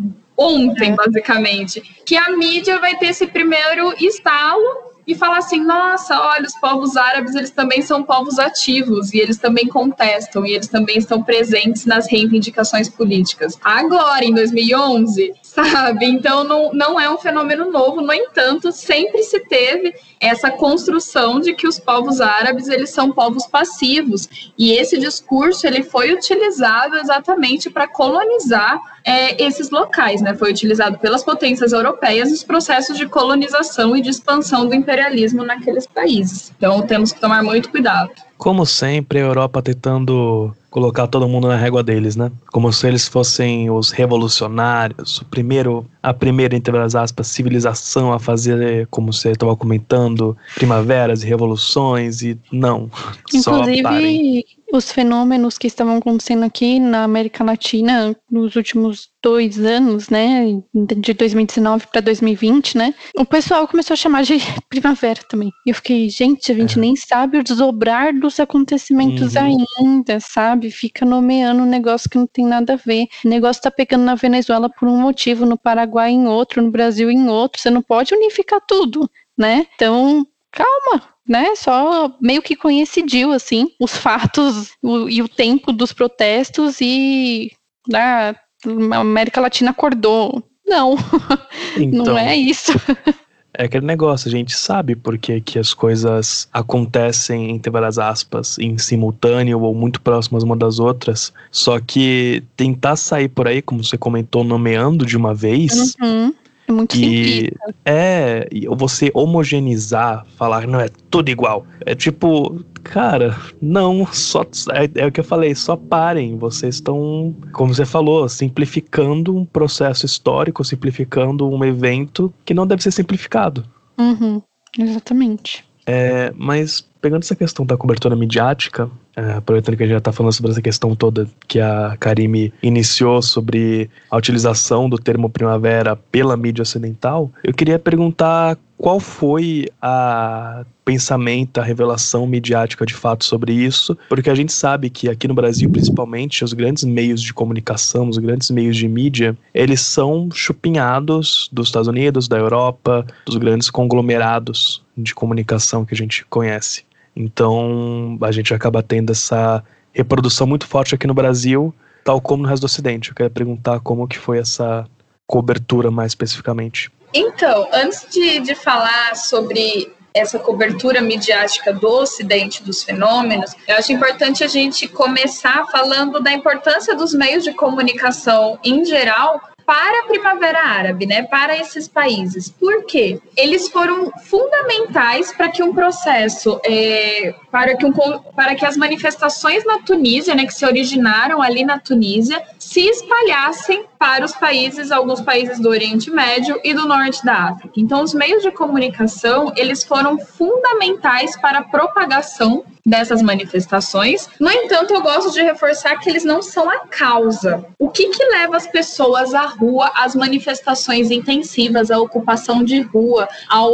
ontem, basicamente, que a mídia vai ter esse primeiro estalo e falar assim, nossa, olha, os povos árabes, eles também são povos ativos, e eles também contestam, e eles também estão presentes nas reivindicações políticas. Agora, em dois mil e onze, sabe? Então, não, não é um fenômeno novo, no entanto, sempre se teve essa construção de que os povos árabes, eles são povos passivos, e esse discurso, ele foi utilizado exatamente para colonizar é, esses locais, né? Foi utilizado pelas potências europeias nos processos de colonização e de expansão do imperialismo naqueles países. Então, temos que tomar muito cuidado. Como sempre, a Europa tentando colocar todo mundo na régua deles, né? Como se eles fossem os revolucionários, o primeiro, a primeira, entre as aspas, civilização a fazer, como você estava comentando, primaveras e revoluções, e não. Inclusive, só parem. Os fenômenos que estavam acontecendo aqui na América Latina nos últimos dois anos, né, de dois mil e dezenove para dois mil e vinte, né, o pessoal começou a chamar de primavera também. E eu fiquei, gente, a gente é. nem sabe o desdobrar dos acontecimentos uhum. ainda, sabe? Fica nomeando um negócio que não tem nada a ver. O negócio tá pegando na Venezuela por um motivo, no Paraguai em outro, no Brasil em outro. Você não pode unificar tudo, né? Então, calma. Né, só meio que coincidiu, assim, os fatos o, e o tempo dos protestos e a América Latina acordou. Não, então, não é isso. É aquele negócio, a gente sabe por que que as coisas acontecem, entre várias aspas, em simultâneo ou muito próximas uma das outras, só que tentar sair por aí, como você comentou, nomeando de uma vez... Uhum. É muito E simplista. é, e você homogeneizar, falar, não, é tudo igual. É tipo, cara, não, só é, é o que eu falei, só parem. Vocês estão, como você falou, simplificando um processo histórico, simplificando um evento que não deve ser simplificado. Uhum. Exatamente. É, mas pegando essa questão da cobertura midiática, é, aproveitando que a gente já está falando sobre essa questão toda que a Karime iniciou sobre a utilização do termo primavera pela mídia ocidental, eu queria perguntar qual foi a pensamento, a revelação midiática de fato sobre isso, porque a gente sabe que aqui no Brasil, principalmente, os grandes meios de comunicação, os grandes meios de mídia, eles são chupinhados dos Estados Unidos, da Europa, dos grandes conglomerados de comunicação que a gente conhece. Então, a gente acaba tendo essa reprodução muito forte aqui no Brasil, tal como no resto do Ocidente. Eu queria perguntar como que foi essa cobertura mais especificamente. Então, antes de, de falar sobre essa cobertura midiática do Ocidente dos fenômenos, eu acho importante a gente começar falando da importância dos meios de comunicação em geral para a Primavera Árabe, né, para esses países. Por quê? Eles foram fundamentais para que um processo, é, para, que um, para que as manifestações na Tunísia, né, que se originaram ali na Tunísia, se espalhassem para os países, alguns países do Oriente Médio e do Norte da África. Então, os meios de comunicação, eles foram fundamentais para a propagação dessas manifestações. No entanto, eu gosto de reforçar que eles não são a causa. O que que leva as pessoas à rua, às manifestações intensivas, à ocupação de rua,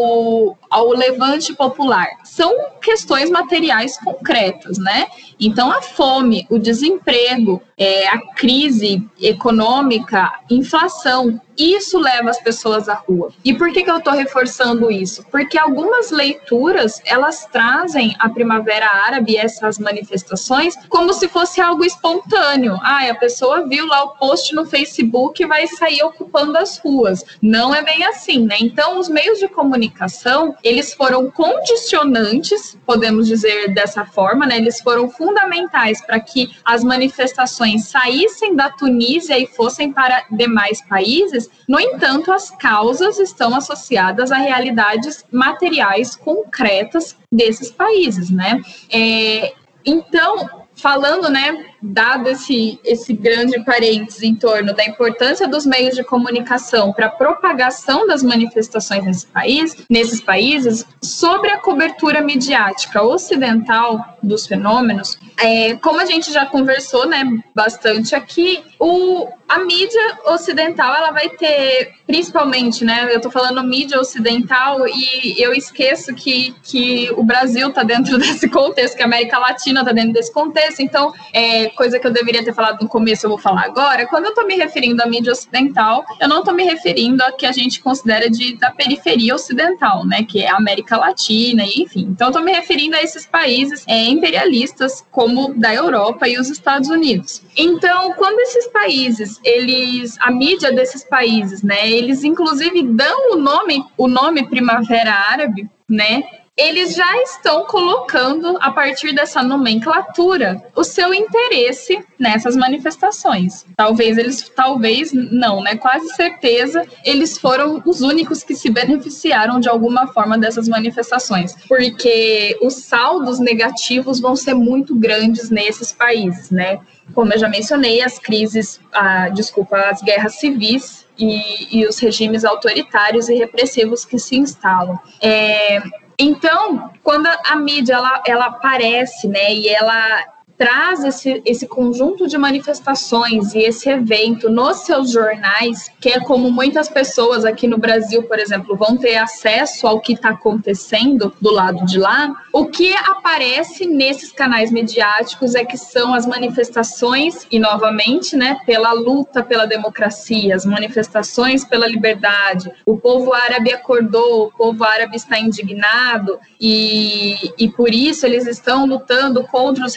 ao, ao levante popular? São questões materiais concretas, né? Então, a fome, o desemprego, é, a crise econômica, inflação, isso leva as pessoas à rua. E por que que eu estou reforçando isso? Porque algumas leituras, elas trazem a Primavera Árabe, essas manifestações, como se fosse algo espontâneo. Ah, a pessoa viu lá o post no Facebook e vai sair ocupando as ruas. Não é bem assim, né? Então, os meios de comunicação, eles foram condicionantes, podemos dizer dessa forma, né? Eles foram fundamentais para que as manifestações saíssem da Tunísia e fossem para demais países. No entanto, as causas estão associadas a realidades materiais concretas desses países, né? É, então, falando, né, dado esse, esse grande parênteses em torno da importância dos meios de comunicação para a propagação das manifestações nesse país, nesses países, sobre a cobertura midiática ocidental dos fenômenos, é, como a gente já conversou, né, bastante aqui, o, a mídia ocidental, ela vai ter, principalmente, né, eu estou falando mídia ocidental e eu esqueço que, que o Brasil está dentro desse contexto, que a América Latina está dentro desse contexto, então, é, coisa que eu deveria ter falado no começo, eu vou falar agora. Quando eu estou me referindo à mídia ocidental, eu não estou me referindo a que a gente considera de, da periferia ocidental, né, que é a América Latina, e enfim. Então, eu estou me referindo a esses países é, imperialistas, como da Europa e os Estados Unidos. Então, quando esses países, eles, a mídia desses países, né, eles inclusive dão o nome, o nome Primavera Árabe, né, eles já estão colocando, a partir dessa nomenclatura, o seu interesse nessas manifestações. Talvez eles, talvez não, né? Quase certeza, eles foram os únicos que se beneficiaram de alguma forma dessas manifestações, porque os saldos negativos vão ser muito grandes nesses países, né? Como eu já mencionei, as crises, ah, desculpa, as guerras civis e, e os regimes autoritários e repressivos que se instalam. É... Então, quando a mídia ela, ela aparece, né, e ela traz esse, esse conjunto de manifestações e esse evento nos seus jornais, que é como muitas pessoas aqui no Brasil, por exemplo, vão ter acesso ao que está acontecendo do lado de lá, o que aparece nesses canais midiáticos é que são as manifestações, e novamente, né, pela luta pela democracia, as manifestações pela liberdade. O povo árabe acordou, o povo árabe está indignado, e, e por isso eles estão lutando contra os regimes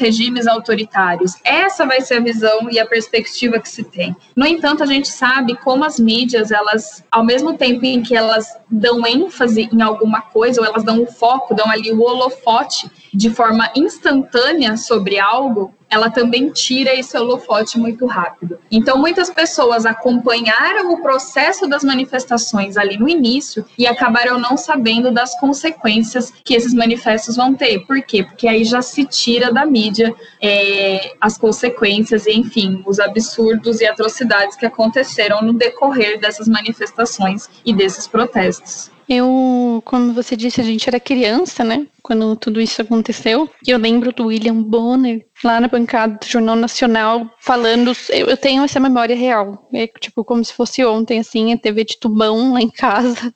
autoritários. Essa vai ser a visão e a perspectiva que se tem. No entanto, a gente sabe como as mídias, elas, ao mesmo tempo em que elas dão ênfase em alguma coisa, ou elas dão o foco, dão ali o holofote de forma instantânea sobre algo, ela também tira esse holofote muito rápido. Então, muitas pessoas acompanharam o processo das manifestações ali no início e acabaram não sabendo das consequências que esses manifestos vão ter. Por quê? Porque aí já se tira da mídia é, as consequências e, enfim, os absurdos e atrocidades que aconteceram no decorrer dessas manifestações e desses protestos. Eu, como você disse, a gente era criança, né? Quando tudo isso aconteceu. E eu lembro do William Bonner, lá na bancada do Jornal Nacional, falando... Eu, eu tenho essa memória real. É tipo como se fosse ontem, assim, a T V de tubão lá em casa.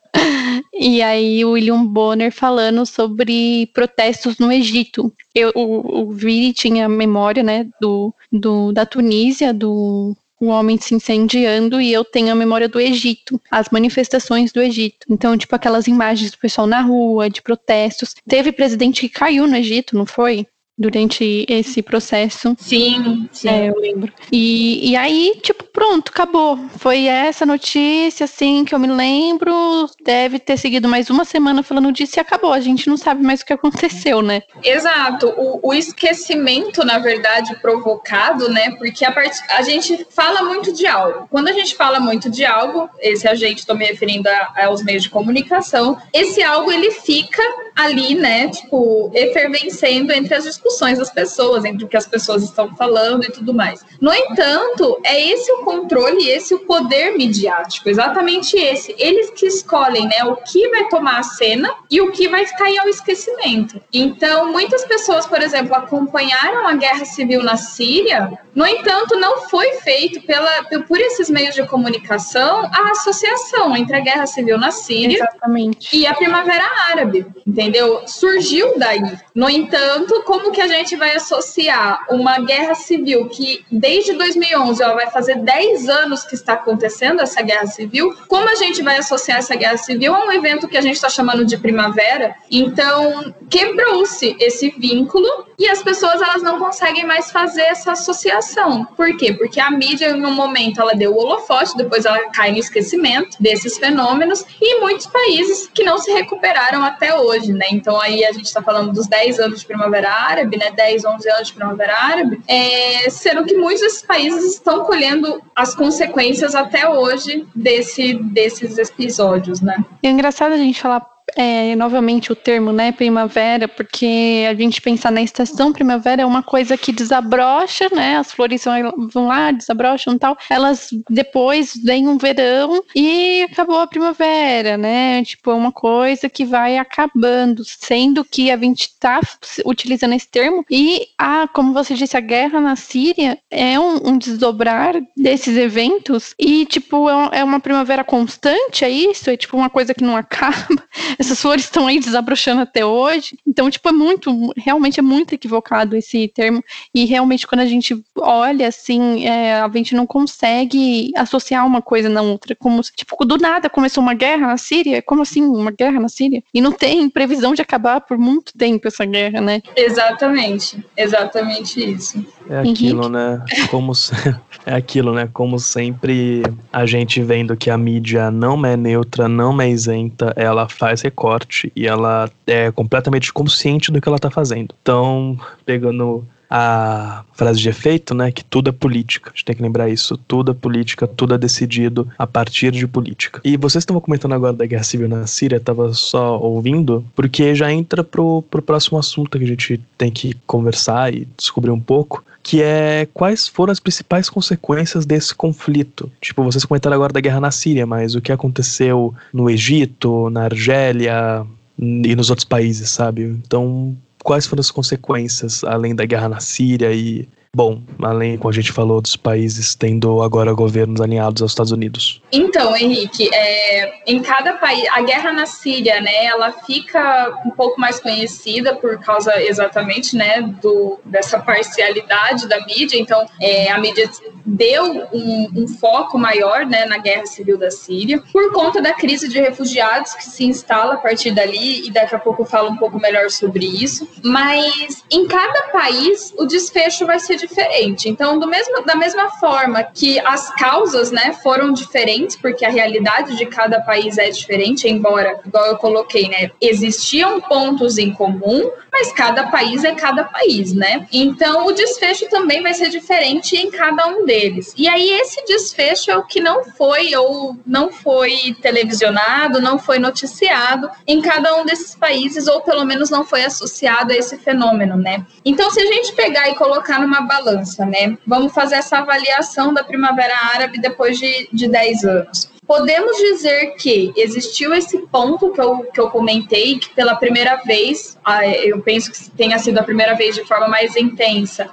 E aí o William Bonner falando sobre protestos no Egito. Eu, o, o Viri tinha memória, né, do, do, da Tunísia, do... o homem se incendiando, e eu tenho a memória do Egito, as manifestações do Egito. Então, tipo, aquelas imagens do pessoal na rua, de protestos. Teve presidente que caiu no Egito, não foi? Durante esse processo. Sim, sim. É, eu lembro. E, e aí, tipo, pronto, acabou. Foi essa notícia, assim, que eu me lembro. Deve ter seguido mais uma semana falando disso e acabou. A gente não sabe mais o que aconteceu, né? Exato. O, o esquecimento, na verdade, provocado, né? Porque a, part... a gente fala muito de algo. Quando a gente fala muito de algo, esse a gente, estou me referindo a, aos meios de comunicação, esse algo, ele fica ali, né? Tipo, efervescendo entre as discussões das pessoas, entre o que as pessoas estão falando e tudo mais. No entanto, é esse o controle e esse o poder midiático, exatamente esse. Eles que escolhem, né, o que vai tomar a cena e o que vai cair ao esquecimento. Então, muitas pessoas, por exemplo, acompanharam a guerra civil na Síria, no entanto, não foi feito pela, por esses meios de comunicação a associação entre a guerra civil na Síria Exatamente. E a Primavera Árabe, entendeu? Surgiu daí. No entanto, como que a gente vai associar uma guerra civil que desde dois mil e onze ela vai fazer dez anos que está acontecendo essa guerra civil? Como a gente vai associar essa guerra civil a um evento que a gente está chamando de primavera? Então, quebrou-se esse vínculo e as pessoas elas não conseguem mais fazer essa associação. Por quê? Porque a mídia, em um momento, ela deu o holofote, depois ela cai no esquecimento desses fenômenos, e muitos países que não se recuperaram até hoje, né? Então, aí a gente está falando dos dez anos de Primavera Árabe, né? dez, onze anos de Primavera Árabe, é, sendo que muitos desses países estão colhendo as consequências até hoje desse, desses episódios, né? É engraçado a gente falar É, novamente o termo, né, primavera, porque a gente pensar na estação primavera é uma coisa que desabrocha, né, as flores vão lá, desabrocham e tal, elas depois vem um verão e acabou a primavera, né, tipo, é uma coisa que vai acabando, sendo que a gente tá utilizando esse termo e, a, como você disse, a guerra na Síria é um, um desdobrar desses eventos e, tipo, é uma primavera constante, é isso? É, tipo, uma coisa que não acaba. Essas flores estão aí desabrochando até hoje. Então, tipo, é muito, realmente é muito equivocado esse termo. E realmente, quando a gente olha, assim, é, a gente não consegue associar uma coisa na outra. Como, tipo, do nada começou uma guerra na Síria. Como assim, uma guerra na Síria? E não tem previsão de acabar por muito tempo essa guerra, né? Exatamente. Exatamente isso. É aquilo, né? Como se... É aquilo, né? Como sempre, a gente vendo que a mídia não é neutra, não é isenta, ela faz recorte e ela é completamente consciente do que ela tá fazendo. Então, pegando a frase de efeito, né, que tudo é política. A gente tem que lembrar isso. Tudo é política, tudo é decidido a partir de política. E vocês estavam comentando agora da guerra civil na Síria, tava só ouvindo, porque já entra pro, pro próximo assunto que a gente tem que conversar e descobrir um pouco, que é quais foram as principais consequências desse conflito. Tipo, vocês comentaram agora da guerra na Síria, mas o que aconteceu no Egito, na Argélia e nos outros países, sabe? Então, quais foram as consequências, além da guerra na Síria e Bom, além, como a gente falou, dos países tendo agora governos alinhados aos Estados Unidos. Então, Henrique, é, em cada país, a guerra na Síria, né, ela fica um pouco mais conhecida por causa exatamente, né, do, dessa parcialidade da mídia. Então, é, a mídia deu um, um foco maior, né, na guerra civil da Síria, por conta da crise de refugiados que se instala a partir dali, e daqui a pouco eu falo um pouco melhor sobre isso. Mas em cada país o desfecho vai ser diferente. Então, do mesmo, da mesma forma que as causas, né, foram diferentes, porque a realidade de cada país é diferente, embora, igual eu coloquei, né, existiam pontos em comum, mas cada país é cada país, né? Então, o desfecho também vai ser diferente em cada um deles. E aí, esse desfecho é o que não foi, ou não foi televisionado, não foi noticiado em cada um desses países, ou pelo menos não foi associado a esse fenômeno, né? Então, se a gente pegar e colocar numa balança, né, vamos fazer essa avaliação da Primavera Árabe depois de, de dez anos. Podemos dizer que existiu esse ponto que eu, que eu comentei, que pela primeira vez, eu penso que tenha sido a primeira vez de forma mais intensa,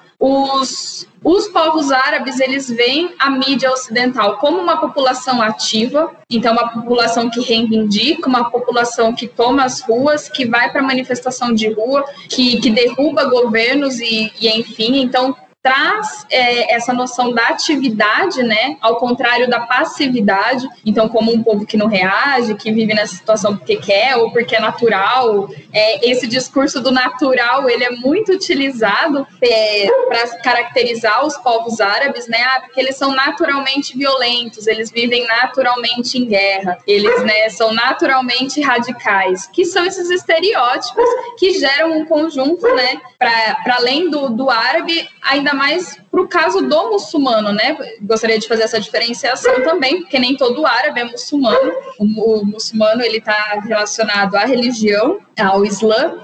os, os povos árabes, eles veem a mídia ocidental como uma população ativa, então uma população que reivindica, uma população que toma as ruas, que vai para manifestação de rua, que, que derruba governos e, e enfim, então traz é, essa noção da atividade, né, ao contrário da passividade, então como um povo que não reage, que vive nessa situação porque quer ou porque é natural, é, esse discurso do natural, ele é muito utilizado é, para caracterizar os povos árabes, né, ah, porque eles são naturalmente violentos, eles vivem naturalmente em guerra, eles, né, são naturalmente radicais, que são esses estereótipos que geram um conjunto, né, para além do, do árabe, ainda mais para o caso do muçulmano, né? Gostaria de fazer essa diferenciação também, porque nem todo árabe é muçulmano. O, o muçulmano, ele está relacionado à religião, ao Islã.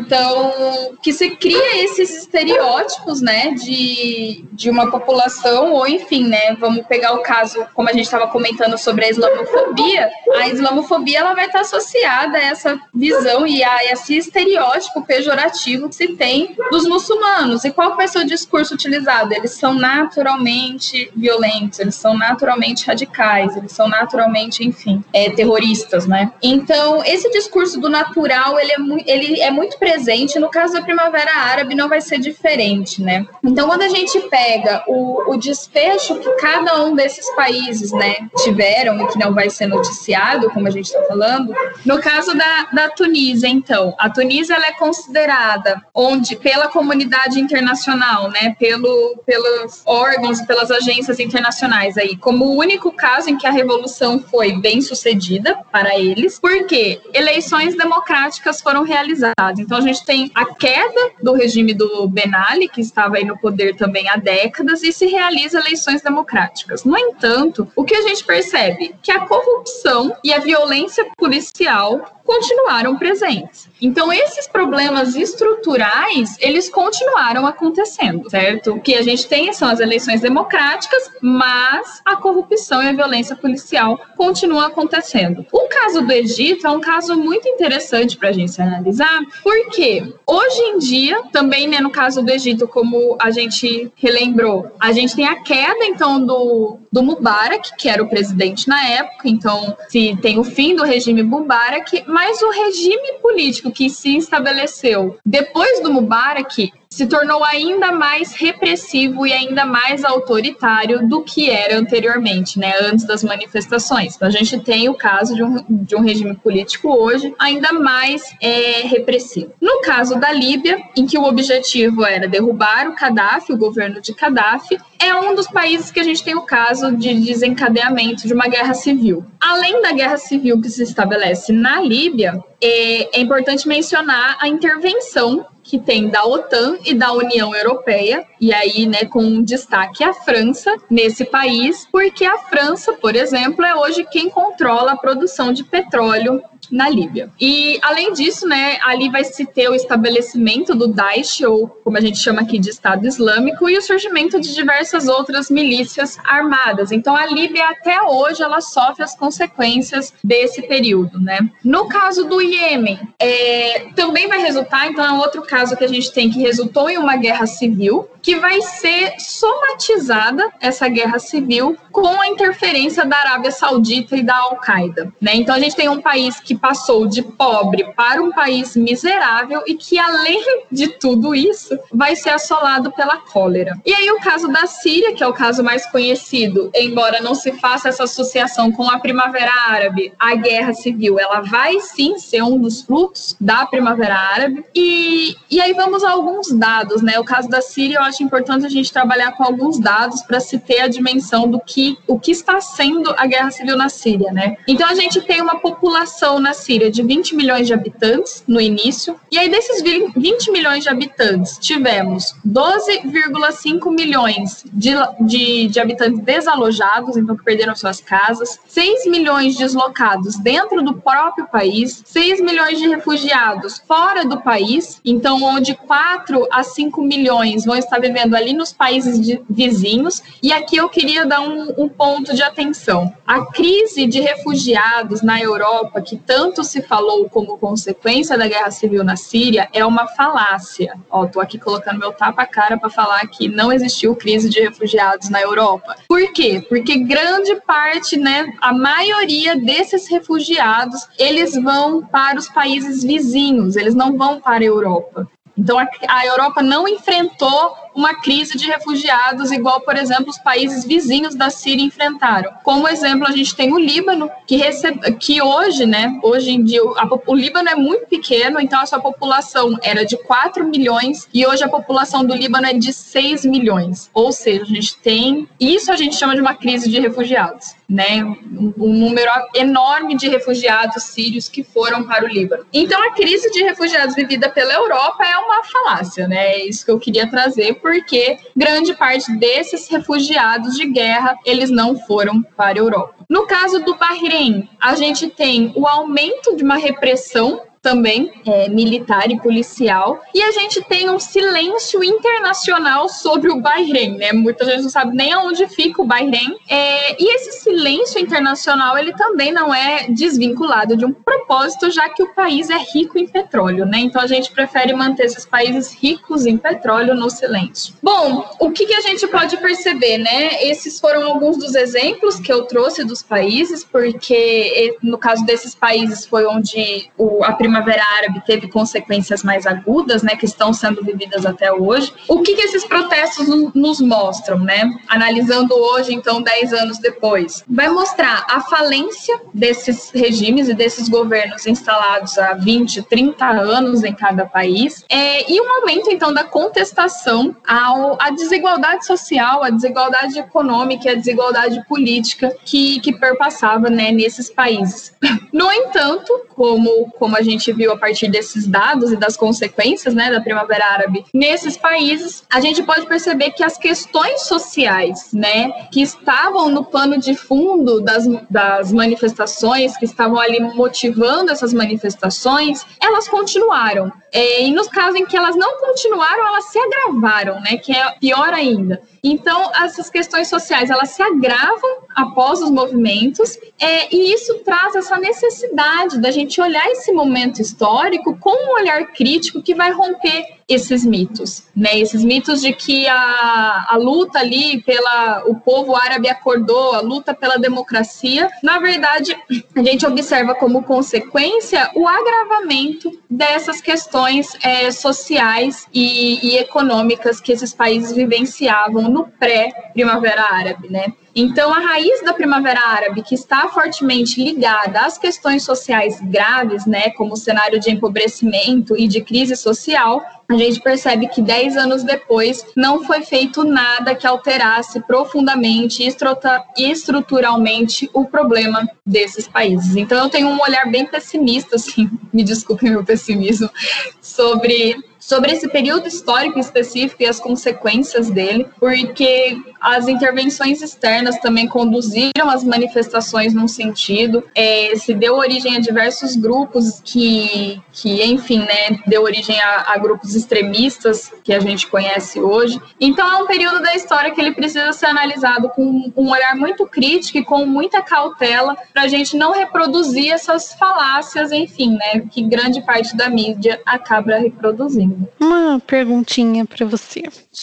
Então, que se cria esses estereótipos, né, de, de uma população, ou enfim, né, vamos pegar o caso, como a gente estava comentando sobre a islamofobia, a islamofobia, ela vai estar associada a essa visão e a esse estereótipo pejorativo que se tem dos muçulmanos. E qual vai ser o discurso utilizado? Eles são naturalmente violentos, eles são naturalmente radicais, eles são naturalmente, enfim, é, terroristas, né? Então, esse discurso do natural, ele é, mu- ele é muito presente. No caso da Primavera Árabe, não vai ser diferente, né? Então, quando a gente pega o, o desfecho que cada um desses países, né, tiveram e que não vai ser noticiado, como a gente está falando, no caso da, da Tunísia, então, a Tunísia, ela é considerada onde, pela comunidade internacional, né, pelo, pelos órgãos e pelas agências internacionais aí, como o único caso em que a revolução foi bem sucedida para eles, porque eleições democráticas foram realizadas. Então a gente tem a queda do regime do Ben Ali, que estava aí no poder também há décadas, e se realiza eleições democráticas. No entanto, o que a gente percebe? Que a corrupção e a violência policial continuaram presentes. Então, esses problemas estruturais, eles continuaram acontecendo, certo? O que a gente tem são as eleições democráticas, mas a corrupção e a violência policial continuam acontecendo. O caso do Egito é um caso muito interessante para a gente analisar, porque hoje em dia, também, né, no caso do Egito, como a gente relembrou, a gente tem a queda, então, do, do Mubarak, que era o presidente na época, então, se tem o fim do regime Mubarak, mas o regime político que se estabeleceu depois do Mubarak se tornou ainda mais repressivo e ainda mais autoritário do que era anteriormente, né, antes das manifestações. Então, a gente tem o caso de um, de um regime político hoje ainda mais é, repressivo. No caso da Líbia, em que o objetivo era derrubar o Gaddafi, o governo de Gaddafi, é um dos países que a gente tem o caso de desencadeamento de uma guerra civil. Além da guerra civil que se estabelece na Líbia, é, é importante mencionar a intervenção que tem da OTAN e da União Europeia, e aí, né, com destaque a França nesse país, porque a França, por exemplo, é hoje quem controla a produção de petróleo na Líbia. E, além disso, né, ali vai se ter o estabelecimento do Daesh, ou como a gente chama aqui de Estado Islâmico, e o surgimento de diversas outras milícias armadas. Então, a Líbia, até hoje, ela sofre as consequências desse período, né? No caso do Iêmen, é, também vai resultar, então, é outro caso que a gente tem que resultou em uma guerra civil, que vai ser somatizada essa guerra civil com a interferência da Arábia Saudita e da Al-Qaeda, né? Então a gente tem um país que passou de pobre para um país miserável e que, além de tudo isso, vai ser assolado pela cólera. E aí o caso da Síria, que é o caso mais conhecido, embora não se faça essa associação com a Primavera Árabe, a guerra civil, ela vai sim ser um dos fluxos da Primavera Árabe. E, e aí vamos a alguns dados, né? O caso da Síria, eu acho importante a gente trabalhar com alguns dados para se ter a dimensão do que, o que está sendo a guerra civil na Síria, né? Então a gente tem uma população na Síria de vinte milhões de habitantes no início, e aí desses vinte milhões de habitantes, tivemos doze vírgula cinco milhões de, de, de habitantes desalojados, então que perderam suas casas, seis milhões deslocados dentro do próprio país, seis milhões de refugiados fora do país, então onde quatro a cinco milhões vão estar vivendo ali nos países de, vizinhos. E aqui eu queria dar um, um ponto de atenção. A crise de refugiados na Europa, que tanto se falou como consequência da guerra civil na Síria, é uma falácia. Ó, tô aqui colocando meu tapa-cara para falar que não existiu crise de refugiados na Europa. Por quê? Porque grande parte, né, a maioria desses refugiados, eles vão para os países vizinhos, eles não vão para a Europa. Então, a, a Europa não enfrentou uma crise de refugiados igual, por exemplo, os países vizinhos da Síria enfrentaram. Como exemplo, a gente tem o Líbano, que, recebe, que hoje, né, hoje em dia, a, o Líbano é muito pequeno, então a sua população era de quatro milhões e hoje a população do Líbano é de seis milhões. Ou seja, a gente tem, isso a gente chama de uma crise de refugiados, né, um, um número enorme de refugiados sírios que foram para o Líbano. Então, a crise de refugiados vivida pela Europa é uma falácia, né, é isso que eu queria trazer, porque grande parte desses refugiados de guerra, eles não foram para a Europa. No caso do Bahrein, a gente tem o aumento de uma repressão também é, militar e policial, e a gente tem um silêncio internacional sobre o Bahrein, né? Muita gente não sabe nem onde fica o Bahrein, é, e esse silêncio internacional, ele também não é desvinculado de um propósito, já que o país é rico em petróleo, né? Então a gente prefere manter esses países ricos em petróleo no silêncio. Bom, o que, que a gente pode perceber, né? Esses foram alguns dos exemplos que eu trouxe dos países, porque no caso desses países foi onde o, a Primavera Árabe teve consequências mais agudas, né, que estão sendo vividas até hoje. O que, que esses protestos nos mostram, né? Analisando hoje, então, dez anos depois, vai mostrar a falência desses regimes e desses governos instalados há vinte, trinta anos em cada país, é, e um aumento, então, da contestação ao, à desigualdade social, à desigualdade econômica e à desigualdade política que, que perpassava, né, nesses países. No entanto, como, como a gente viu a partir desses dados e das consequências, né, da Primavera Árabe nesses países, a gente pode perceber que as questões sociais, né, que estavam no pano de fundo das, das manifestações, que estavam ali motivando essas manifestações, elas continuaram. É, e nos casos em que elas não continuaram, elas se agravaram, né, que é pior ainda. Então, essas questões sociais, elas se agravam após os movimentos, é, e isso traz essa necessidade da gente olhar esse momento histórico com um olhar crítico que vai romper esses mitos, né? Esses mitos de que a, a luta ali pela... o povo árabe acordou, a luta pela democracia, na verdade, a gente observa como consequência o agravamento dessas questões é, sociais e, e econômicas que esses países vivenciavam no pré-Primavera Árabe, né? Então, a raiz da Primavera Árabe, que está fortemente ligada às questões sociais graves, né, como o cenário de empobrecimento e de crise social, a gente percebe que dez anos depois não foi feito nada que alterasse profundamente e estruturalmente o problema desses países. Então, eu tenho um olhar bem pessimista, assim, me desculpe meu pessimismo, sobre... sobre esse período histórico específico e as consequências dele, porque as intervenções externas também conduziram as manifestações num sentido, é, se deu origem a diversos grupos que, que enfim, né, deu origem a, a grupos extremistas que a gente conhece hoje. Então é um período da história que ele precisa ser analisado com um olhar muito crítico e com muita cautela para a gente não reproduzir essas falácias, enfim, né, que grande parte da mídia acaba reproduzindo. Uma perguntinha para você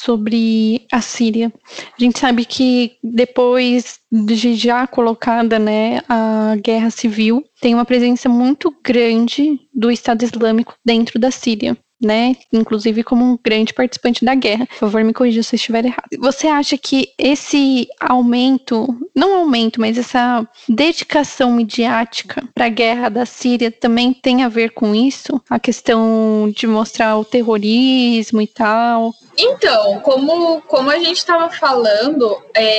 sobre a Síria. A gente sabe que depois de já colocada, né, a guerra civil, tem uma presença muito grande do Estado Islâmico dentro da Síria, né, inclusive como um grande participante da guerra. Por favor, me corrija se eu estiver errado. Você acha que esse aumento, não aumento, mas essa dedicação midiática para a guerra da Síria também tem a ver com isso? A questão de mostrar o terrorismo e tal? Então, como, como a gente estava falando,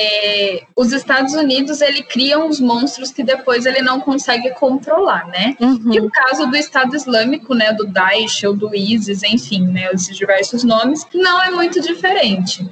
é, os Estados Unidos, ele cria uns monstros que depois ele não consegue controlar, né? Uhum. E o caso do Estado Islâmico, né, do Daesh ou do ISIS, enfim, né, esses diversos nomes, não é muito diferente.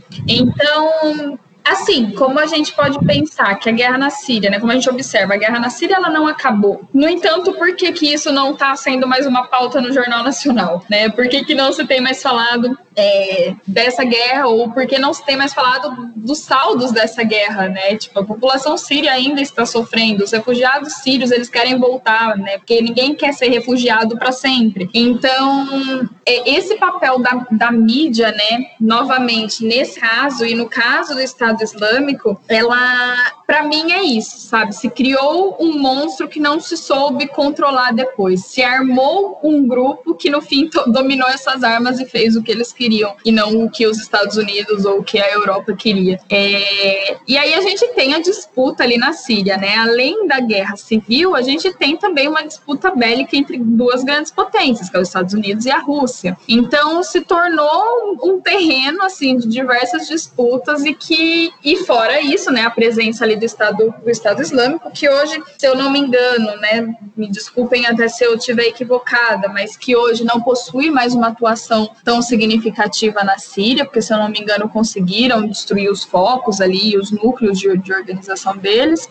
Então, assim, como a gente pode pensar que a guerra na Síria, né, como a gente observa, a guerra na Síria, ela não acabou. No entanto, por que que isso não está sendo mais uma pauta no Jornal Nacional, né? Por que que não se tem mais falado é, dessa guerra, ou por que não se tem mais falado dos saldos dessa guerra, né? Tipo, a população síria ainda está sofrendo, os refugiados sírios, eles querem voltar, né? Porque ninguém quer ser refugiado para sempre. Então, é, esse papel da, da mídia, né, novamente, nesse caso, e no caso do Estado Islâmico, ela, para mim, é isso, sabe? Se criou um monstro que não se soube controlar depois. Se armou um grupo que, no fim, dominou essas armas e fez o que eles queriam, e não o que os Estados Unidos ou o que a Europa queria. É... E aí a gente tem a disputa ali na Síria, né? Além da guerra civil, a gente tem também uma disputa bélica entre duas grandes potências, que é os Estados Unidos e a Rússia. Então, se tornou um terreno, assim, de diversas disputas e que, e fora isso, né, a presença ali do Estado, do Estado Islâmico, que hoje, se eu não me engano, né, me desculpem até se eu estiver equivocada, mas que hoje não possui mais uma atuação tão significativa na Síria, porque, se eu não me engano, conseguiram destruir os focos ali, os núcleos de, de organização deles,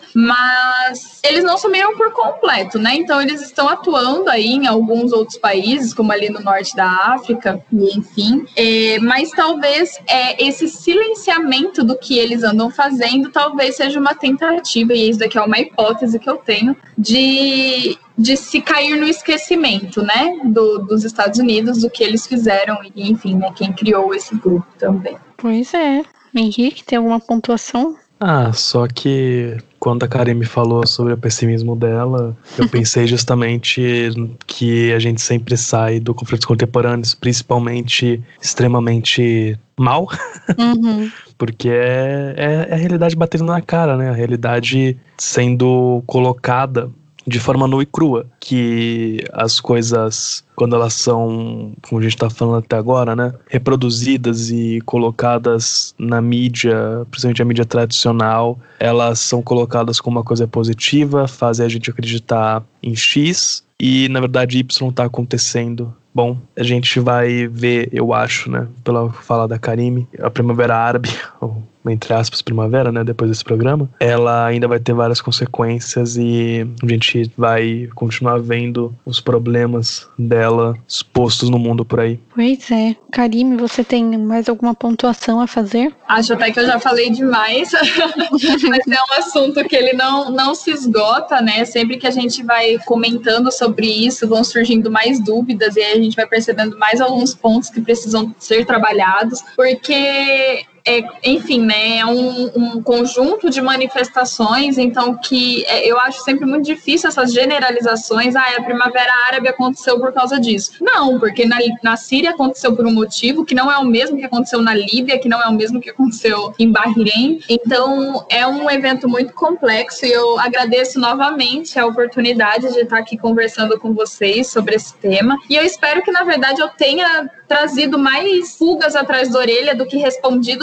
mas eles não sumiram por completo, né? Então, eles estão atuando aí em alguns outros países, como ali no norte da África, e enfim, é, mas talvez é, esse silenciamento do que eles andam fazendo, talvez seja uma tentativa, e isso daqui é uma hipótese que eu tenho, de... de se cair no esquecimento, né, do, dos Estados Unidos, do que eles fizeram, e enfim, né, quem criou esse grupo também. Pois é. Henrique, tem alguma pontuação? Ah, só que quando a Karen me falou sobre o pessimismo dela, eu pensei justamente que a gente sempre sai do conflitos contemporâneos, principalmente extremamente mal, uhum. Porque é, é, é a realidade batendo na cara, né, a realidade sendo colocada de forma nua e crua, que as coisas, quando elas são, como a gente tá falando até agora, né, reproduzidas e colocadas na mídia, principalmente a mídia tradicional, elas são colocadas como uma coisa positiva, fazem a gente acreditar em X, e na verdade Y tá acontecendo. Bom, a gente vai ver, eu acho, né, pela fala da Karime, a Primavera Árabe, ou entre aspas, primavera, né, depois desse programa, ela ainda vai ter várias consequências e a gente vai continuar vendo os problemas dela expostos no mundo por aí. Pois é. Karime, você tem mais alguma pontuação a fazer? Acho até que eu já falei demais, mas é um assunto que ele não, não se esgota, né? Sempre que a gente vai comentando sobre isso, vão surgindo mais dúvidas e aí a gente vai percebendo mais alguns pontos que precisam ser trabalhados, porque... É, enfim, né, é um, um conjunto de manifestações, então que é, eu acho sempre muito difícil essas generalizações, ah, a Primavera Árabe aconteceu por causa disso. Não, porque na, na Síria aconteceu por um motivo que não é o mesmo que aconteceu na Líbia, que não é o mesmo que aconteceu em Bahrein, então é um evento muito complexo e eu agradeço novamente a oportunidade de estar aqui conversando com vocês sobre esse tema, e eu espero que, na verdade, eu tenha trazido mais pulgas atrás da orelha do que respondido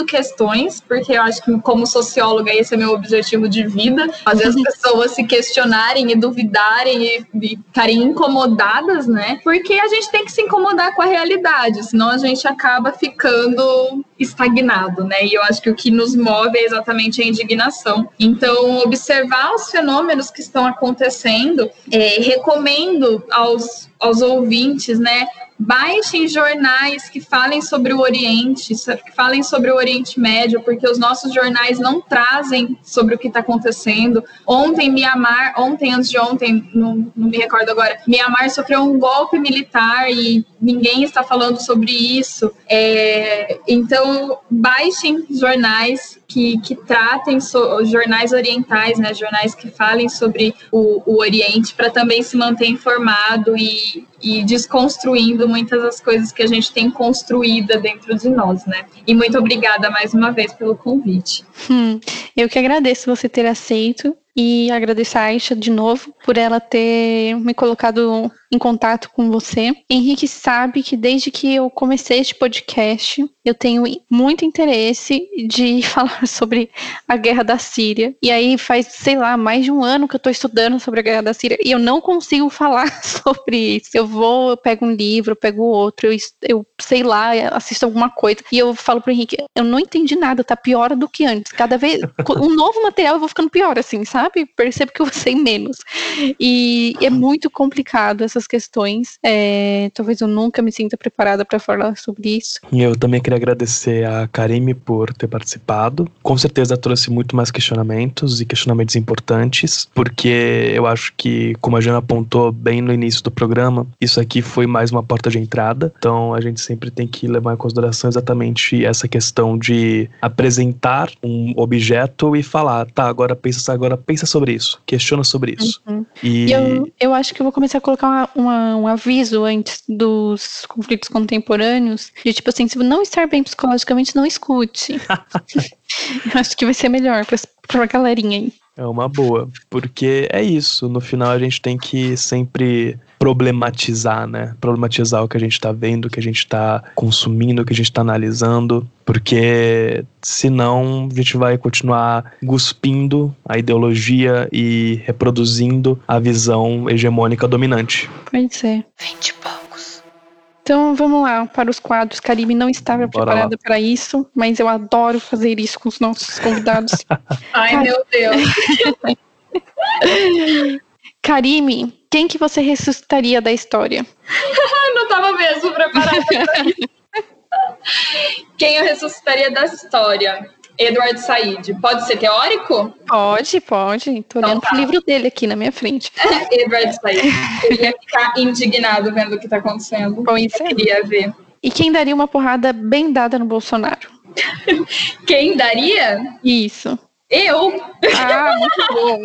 questões, porque eu acho que como socióloga esse é meu objetivo de vida, fazer as pessoas se questionarem e duvidarem e, e ficarem incomodadas, né? Porque a gente tem que se incomodar com a realidade, senão a gente acaba ficando estagnado, né? E eu acho que o que nos move é exatamente a indignação. Então, observar os fenômenos que estão acontecendo, é, recomendo aos, aos ouvintes, né? Baixem jornais que falem sobre o Oriente, que falem sobre o Oriente Médio, porque os nossos jornais não trazem sobre o que está acontecendo. Ontem, Mianmar, ontem, antes de ontem, não, não me recordo agora, Mianmar sofreu um golpe militar e ninguém está falando sobre isso. É, então, baixem jornais que, que tratem, so, jornais orientais, né, jornais que falem sobre o, o Oriente, para também se manter informado e, e desconstruindo muitas das coisas que a gente tem construída dentro de nós, né? E muito obrigada mais uma vez pelo convite. Hum, eu que agradeço você ter aceito e agradeço a Aisha de novo por ela ter me colocado em contato com você. Henrique sabe que desde que eu comecei este podcast, eu tenho muito interesse de falar sobre a guerra da Síria. E aí faz, sei lá, mais de um ano que eu estou estudando sobre a guerra da Síria e eu não consigo falar sobre isso. Eu vou, eu pego um livro, eu pego outro, eu, eu sei lá, assisto alguma coisa e eu falo pro Henrique, eu não entendi nada, tá pior do que antes. Cada vez, um novo material eu vou ficando pior, assim, sabe? Percebo que eu sei menos. E é muito complicado essas questões. É, talvez eu nunca me sinta preparada para falar sobre isso. Eu também queria agradecer a Karime por ter participado. Com certeza trouxe muito mais questionamentos e questionamentos importantes, porque eu acho que, como a Jana apontou bem no início do programa, isso aqui foi mais uma porta de entrada. Então a gente sempre tem que levar em consideração exatamente essa questão de apresentar um objeto e falar, tá, agora pensa, agora pensa sobre isso, questiona sobre isso. Uhum. E, e eu, eu acho que eu vou começar a colocar uma, uma, um aviso antes dos conflitos contemporâneos, de tipo assim, se não estar bem psicologicamente, não escute. Eu acho que vai ser melhor pra, pra galerinha aí. É uma boa, porque é isso, no final a gente tem que sempre problematizar, né? Problematizar o que a gente tá vendo, o que a gente tá consumindo, o que a gente tá analisando, porque senão a gente vai continuar cuspindo a ideologia e reproduzindo a visão hegemônica dominante. Pode ser. Vinte e poucos. Então vamos lá para os quadros. Karime não estava Bora preparada lá. para isso, mas eu adoro fazer isso com os nossos convidados. Ai, Car... meu Deus. Karime, quem que você ressuscitaria da história? Não estava mesmo preparada para isso. Quem eu ressuscitaria da história? Edward Said. Pode ser teórico? Pode, pode. Tô olhando então, tá. o livro dele aqui na minha frente. Edward Said. Eu ia ficar indignado vendo o que tá acontecendo. Pois eu é. queria ver. E quem daria uma porrada bem dada no Bolsonaro? Quem daria? Isso. Eu? Ah, muito bom.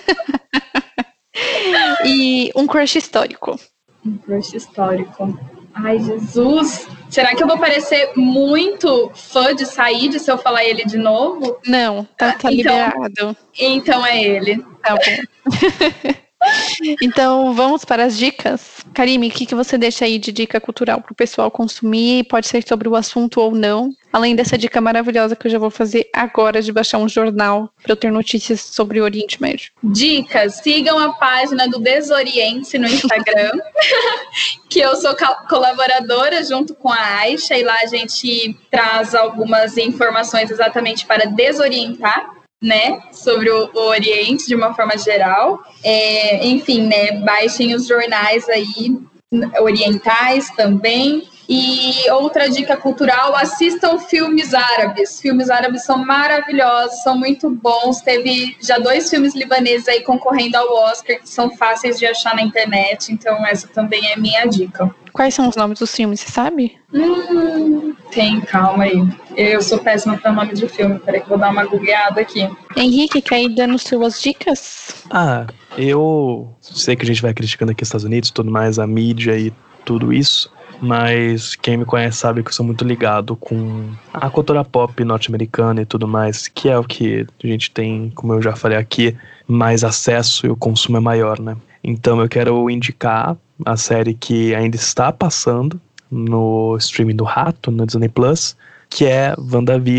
E um crush histórico. Um crush histórico. Ai, Jesus. Será que eu vou parecer muito fã de Said se eu falar ele de novo? Não, tá, tá então, liberado. Então é ele. Tá bom. Então, vamos para as dicas. Karime, o que, que você deixa aí de dica cultural para o pessoal consumir? Pode ser sobre o assunto ou não. Além dessa dica maravilhosa que eu já vou fazer agora de baixar um jornal para eu ter notícias sobre o Oriente Médio. Dicas, sigam a página do Desoriente no Instagram, que eu sou colaboradora junto com a Aisha, e lá a gente traz algumas informações exatamente para desorientar, né, sobre o, o Oriente de uma forma geral. É, enfim, né, baixem os jornais aí orientais também. E outra dica cultural, assistam filmes árabes. Filmes árabes são maravilhosos, são muito bons. Teve já dois filmes libaneses aí concorrendo ao Oscar, que são fáceis de achar na internet. Então essa também é minha dica. Quais são os nomes dos filmes, você sabe? Hum, tem, calma aí. Eu sou péssima para nome de filme. Peraí que eu vou dar uma googleada aqui. Henrique, quer ir dando suas dicas? Ah, eu sei que a gente vai criticando aqui os Estados Unidos, tudo mais, a mídia e tudo isso. Mas quem me conhece sabe que eu sou muito ligado com a cultura pop norte-americana e tudo mais, que é o que a gente tem, como eu já falei aqui, mais acesso e o consumo é maior, né? Então eu quero indicar a série que ainda está passando no streaming do Rato, no Disney Plus, que é WandaVision,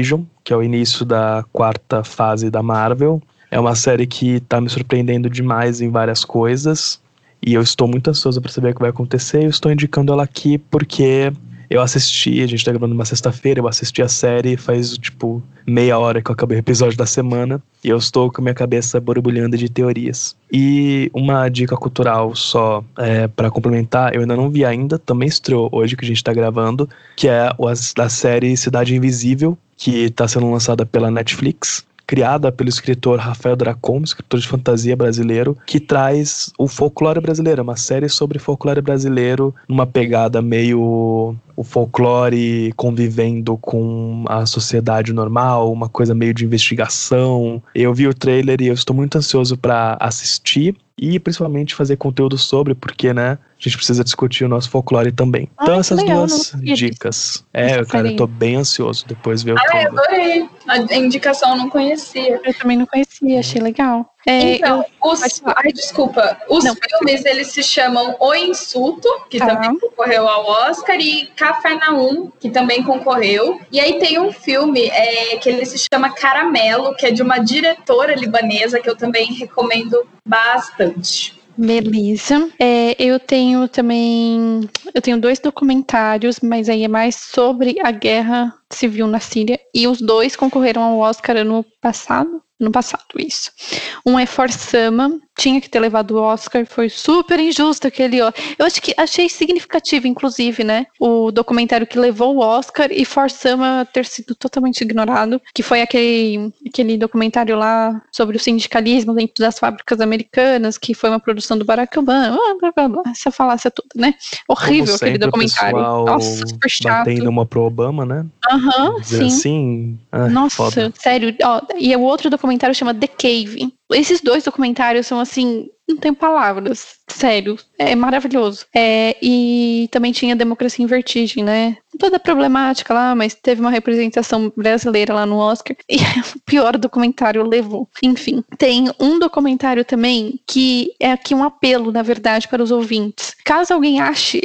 que é o início da quarta fase da Marvel. É uma série que tá me surpreendendo demais em várias coisas. E eu estou muito ansioso para saber o que vai acontecer. Eu estou indicando ela aqui porque eu assisti, a gente tá gravando uma sexta-feira, eu assisti a série faz, tipo, meia hora que eu acabei o episódio da semana. E eu estou com a minha cabeça borbulhando de teorias. E uma dica cultural só é, para complementar, eu ainda não vi ainda, também estreou hoje que a gente tá gravando, que é a série Cidade Invisível, que tá sendo lançada pela Netflix. Criada pelo escritor Rafael Dracon, escritor de fantasia brasileiro, que traz o folclore brasileiro, uma série sobre folclore brasileiro, numa pegada meio o folclore convivendo com a sociedade normal, uma coisa meio de investigação. Eu vi o trailer e eu estou muito ansioso para assistir e principalmente fazer conteúdo sobre, porque, né, a gente precisa discutir o nosso folclore também. Ai, então essas legal, duas dicas. É, Essa cara, série. eu tô bem ansioso depois ver o Ah, eu trailer. adorei. A indicação eu não conhecia. Eu também não conhecia, achei legal. É, Então, eu- os, ai, desculpa, os Não. filmes, eles se chamam O Insulto, que Tá. também concorreu ao Oscar, e Cafarnaum, que também concorreu. E aí tem um filme é, que ele se chama Caramelo, que é de uma diretora libanesa, que eu também recomendo bastante. Beleza. É, eu tenho também. Eu tenho dois documentários, mas aí é mais sobre a guerra civil na Síria. E os dois concorreram ao Oscar ano passado. No passado, isso. Um é For Sama, tinha que ter levado o Oscar, foi super injusto aquele. Eu acho que achei significativo, inclusive, né? O documentário que levou o Oscar e For Sama ter sido totalmente ignorado, que foi aquele, aquele documentário lá sobre o sindicalismo dentro das fábricas americanas, que foi uma produção do Barack Obama, blá, blá, blá, essa falácia toda, né? Horrível Como aquele sempre, documentário. o pessoal Nossa, super chato. batendo uma pro Obama, né? Aham, Dizer sim. assim, ah, Nossa, foda. sério. Ó, e o outro documentário chama The Cave. Esses dois documentários são assim, não tem palavras. Sério, é maravilhoso. É, e também tinha Democracia em Vertigem, né? Toda problemática lá, mas teve uma representação brasileira lá no Oscar. E o pior documentário levou. Enfim, tem um documentário também que é aqui um apelo, na verdade, para os ouvintes. Caso alguém ache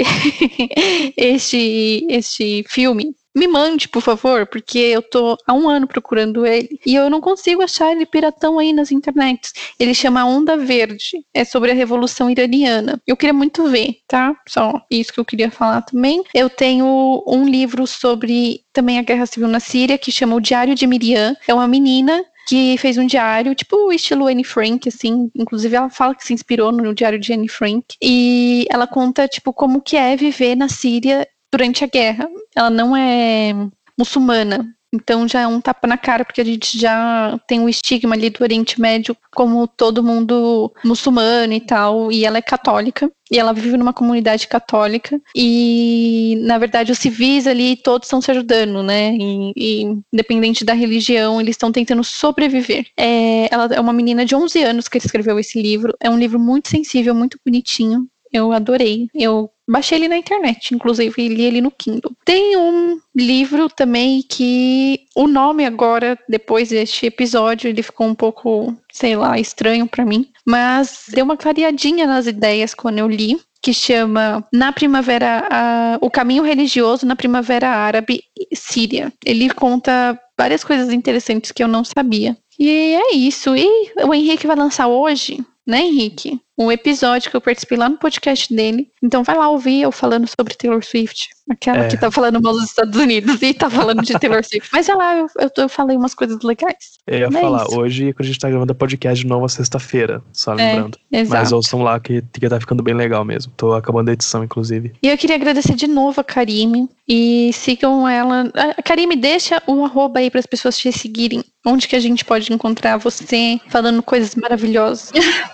este, este filme, me mande, por favor, porque eu tô há um ano procurando ele e eu não consigo achar ele piratão aí nas internets. Ele chama Onda Verde, é sobre a Revolução Iraniana. Eu queria muito ver, tá? Só isso que eu queria falar também. Eu tenho um livro sobre também a Guerra Civil na Síria, que chama O Diário de Miriam. É uma menina que fez um diário, tipo o estilo Anne Frank, assim, inclusive ela fala que se inspirou no diário de Anne Frank, e ela conta, tipo, como que é viver na Síria durante a guerra. Ela não é muçulmana, então já é um tapa na cara, porque a gente já tem um estigma ali do Oriente Médio como todo mundo muçulmano e tal, e ela é católica, e ela vive numa comunidade católica, e na verdade os civis ali todos estão se ajudando, né, e, e independente da religião, eles estão tentando sobreviver. É, ela é uma menina de onze anos que escreveu esse livro, é um livro muito sensível, muito bonitinho, eu adorei, eu baixei ele na internet, inclusive, e li ele no Kindle. Tem um livro também que o nome agora, depois deste episódio, ele ficou um pouco, sei lá, estranho pra mim, mas deu uma clareadinha nas ideias quando eu li, que chama Na Primavera, a, O Caminho Religioso na Primavera Árabe Síria. Ele conta várias coisas interessantes que eu não sabia. E é isso. E o Henrique vai lançar hoje, né, Henrique? Um episódio que eu participei lá no podcast dele. Então vai lá ouvir eu falando sobre Taylor Swift. Aquela É. que tá falando mal dos Estados Unidos e tá falando de Taylor Swift. Mas vai lá, eu, eu, eu falei umas coisas legais. Eu ia É falar, isso. hoje quando a gente tá gravando podcast de novo, é sexta-feira, só É, lembrando. Mas exato. ouçam lá que, que tá ficando bem legal mesmo. Tô acabando a edição, inclusive. E eu queria agradecer de novo a Karime. E sigam ela. A Karime, deixa o arroba aí para as pessoas te seguirem. Onde que a gente pode encontrar você falando coisas maravilhosas?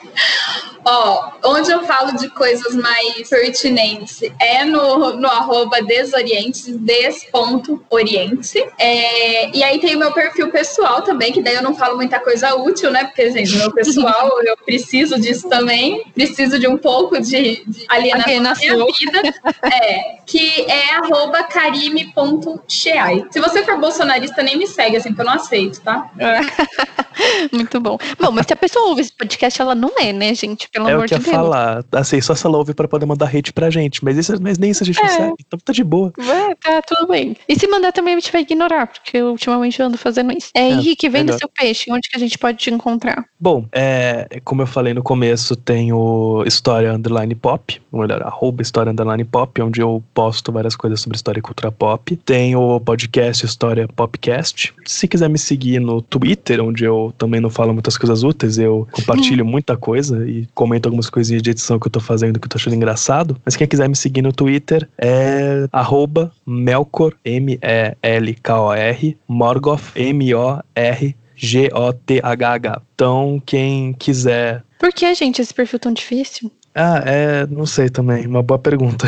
Ó, onde eu falo de coisas mais pertinentes é no, no arroba desorientes, des.oriente. É, e aí tem o meu perfil pessoal também, que daí eu não falo muita coisa útil, né? Porque, gente, meu pessoal, eu preciso disso também. Preciso de um pouco de, de alienação na minha vida. É, que é arroba karime.cheai. Se você for bolsonarista, nem me segue, assim, que eu não aceito, tá? Muito bom. Bom, mas se a pessoa ouve esse podcast, ela não é, né, gente? Pelo é amor o que de eu ia Deus. falar. Assim, só se ela ouve pra poder mandar hate pra gente. Mas, isso, mas nem isso a gente É. consegue. Então tá de boa. É, tá tudo bem. E se mandar também a gente vai ignorar, porque eu ultimamente ando fazendo isso. É, É, Henrique, venda melhor. seu peixe. Onde que a gente pode te encontrar? Bom, é, como eu falei no começo, tem o História Underline Pop, ou melhor, arroba História Underline Pop, onde eu posto várias coisas sobre história e cultura pop. Tem o podcast História Popcast. Se quiser me seguir no Twitter, onde eu também não falo muitas coisas úteis, eu compartilho muita coisa e comento algumas coisinhas de edição que eu tô fazendo que eu tô achando engraçado. Mas quem quiser me seguir no Twitter é arroba Melkor, M E L K O R, Morgoth, M O R G O T H H. Então, quem quiser... Por que, gente, esse perfil tão difícil? Ah, é... não sei também. Uma boa pergunta.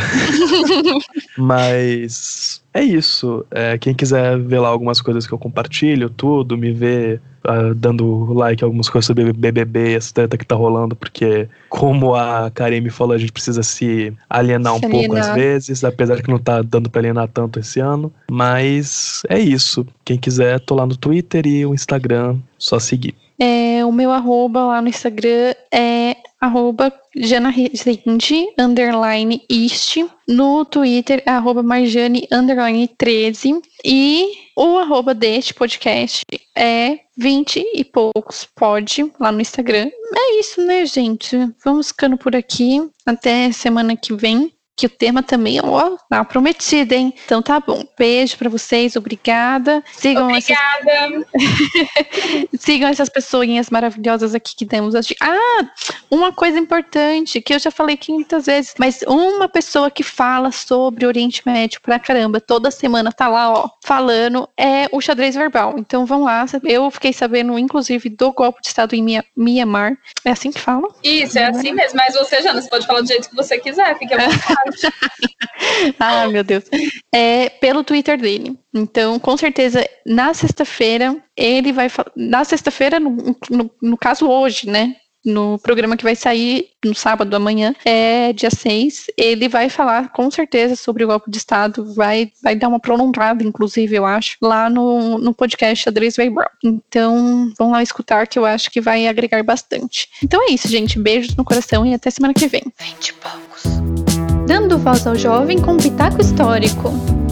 Mas... é isso. É, quem quiser ver lá algumas coisas que eu compartilho, tudo, me ver uh, dando like a algumas coisas sobre B B B, essa treta que tá rolando, porque, como a Karen me falou, a gente precisa se alienar um Se pouco alienar. às vezes, apesar de que não tá dando pra alienar tanto esse ano. Mas é isso. Quem quiser, tô lá no Twitter e o Instagram, só seguir. É, o meu arroba lá no Instagram é arroba janarezende, underline ist. No Twitter é arroba marjane, underline treze. E o arroba deste podcast é vinte e poucos pod lá no Instagram. É isso, né, gente? Vamos ficando por aqui. Até semana que vem. Que o tema também, ó, tá prometido, hein? Então tá bom. Beijo pra vocês, obrigada. Sigam essas, Obrigada. sigam essas pessoinhas maravilhosas aqui que temos hoje. Ah, uma coisa importante, que eu já falei quinhentas vezes, mas uma pessoa que fala sobre Oriente Médio pra caramba, toda semana tá lá, ó, falando, é o Xadrez Verbal. Então vão lá, eu fiquei sabendo, inclusive, do golpe de Estado em Mia- Mianmar. É assim que fala? Isso, é assim mesmo. Mas você, Jana, você pode falar do jeito que você quiser. Fique à vontade. Ah, meu Deus. É pelo Twitter dele. Então, com certeza, na sexta-feira, ele vai falar. Na sexta-feira, no, no, no caso hoje, né? No programa que vai sair no sábado amanhã, é dia seis, ele vai falar com certeza sobre o golpe de Estado, vai, vai dar uma prolongada, inclusive, eu acho, lá no, no podcast Xadrez Verbal. Então, vão lá escutar, que eu acho que vai agregar bastante. Então é isso, gente. Beijos no coração e até semana que vem. Vinte e poucos. Dando voz ao jovem com pitaco histórico.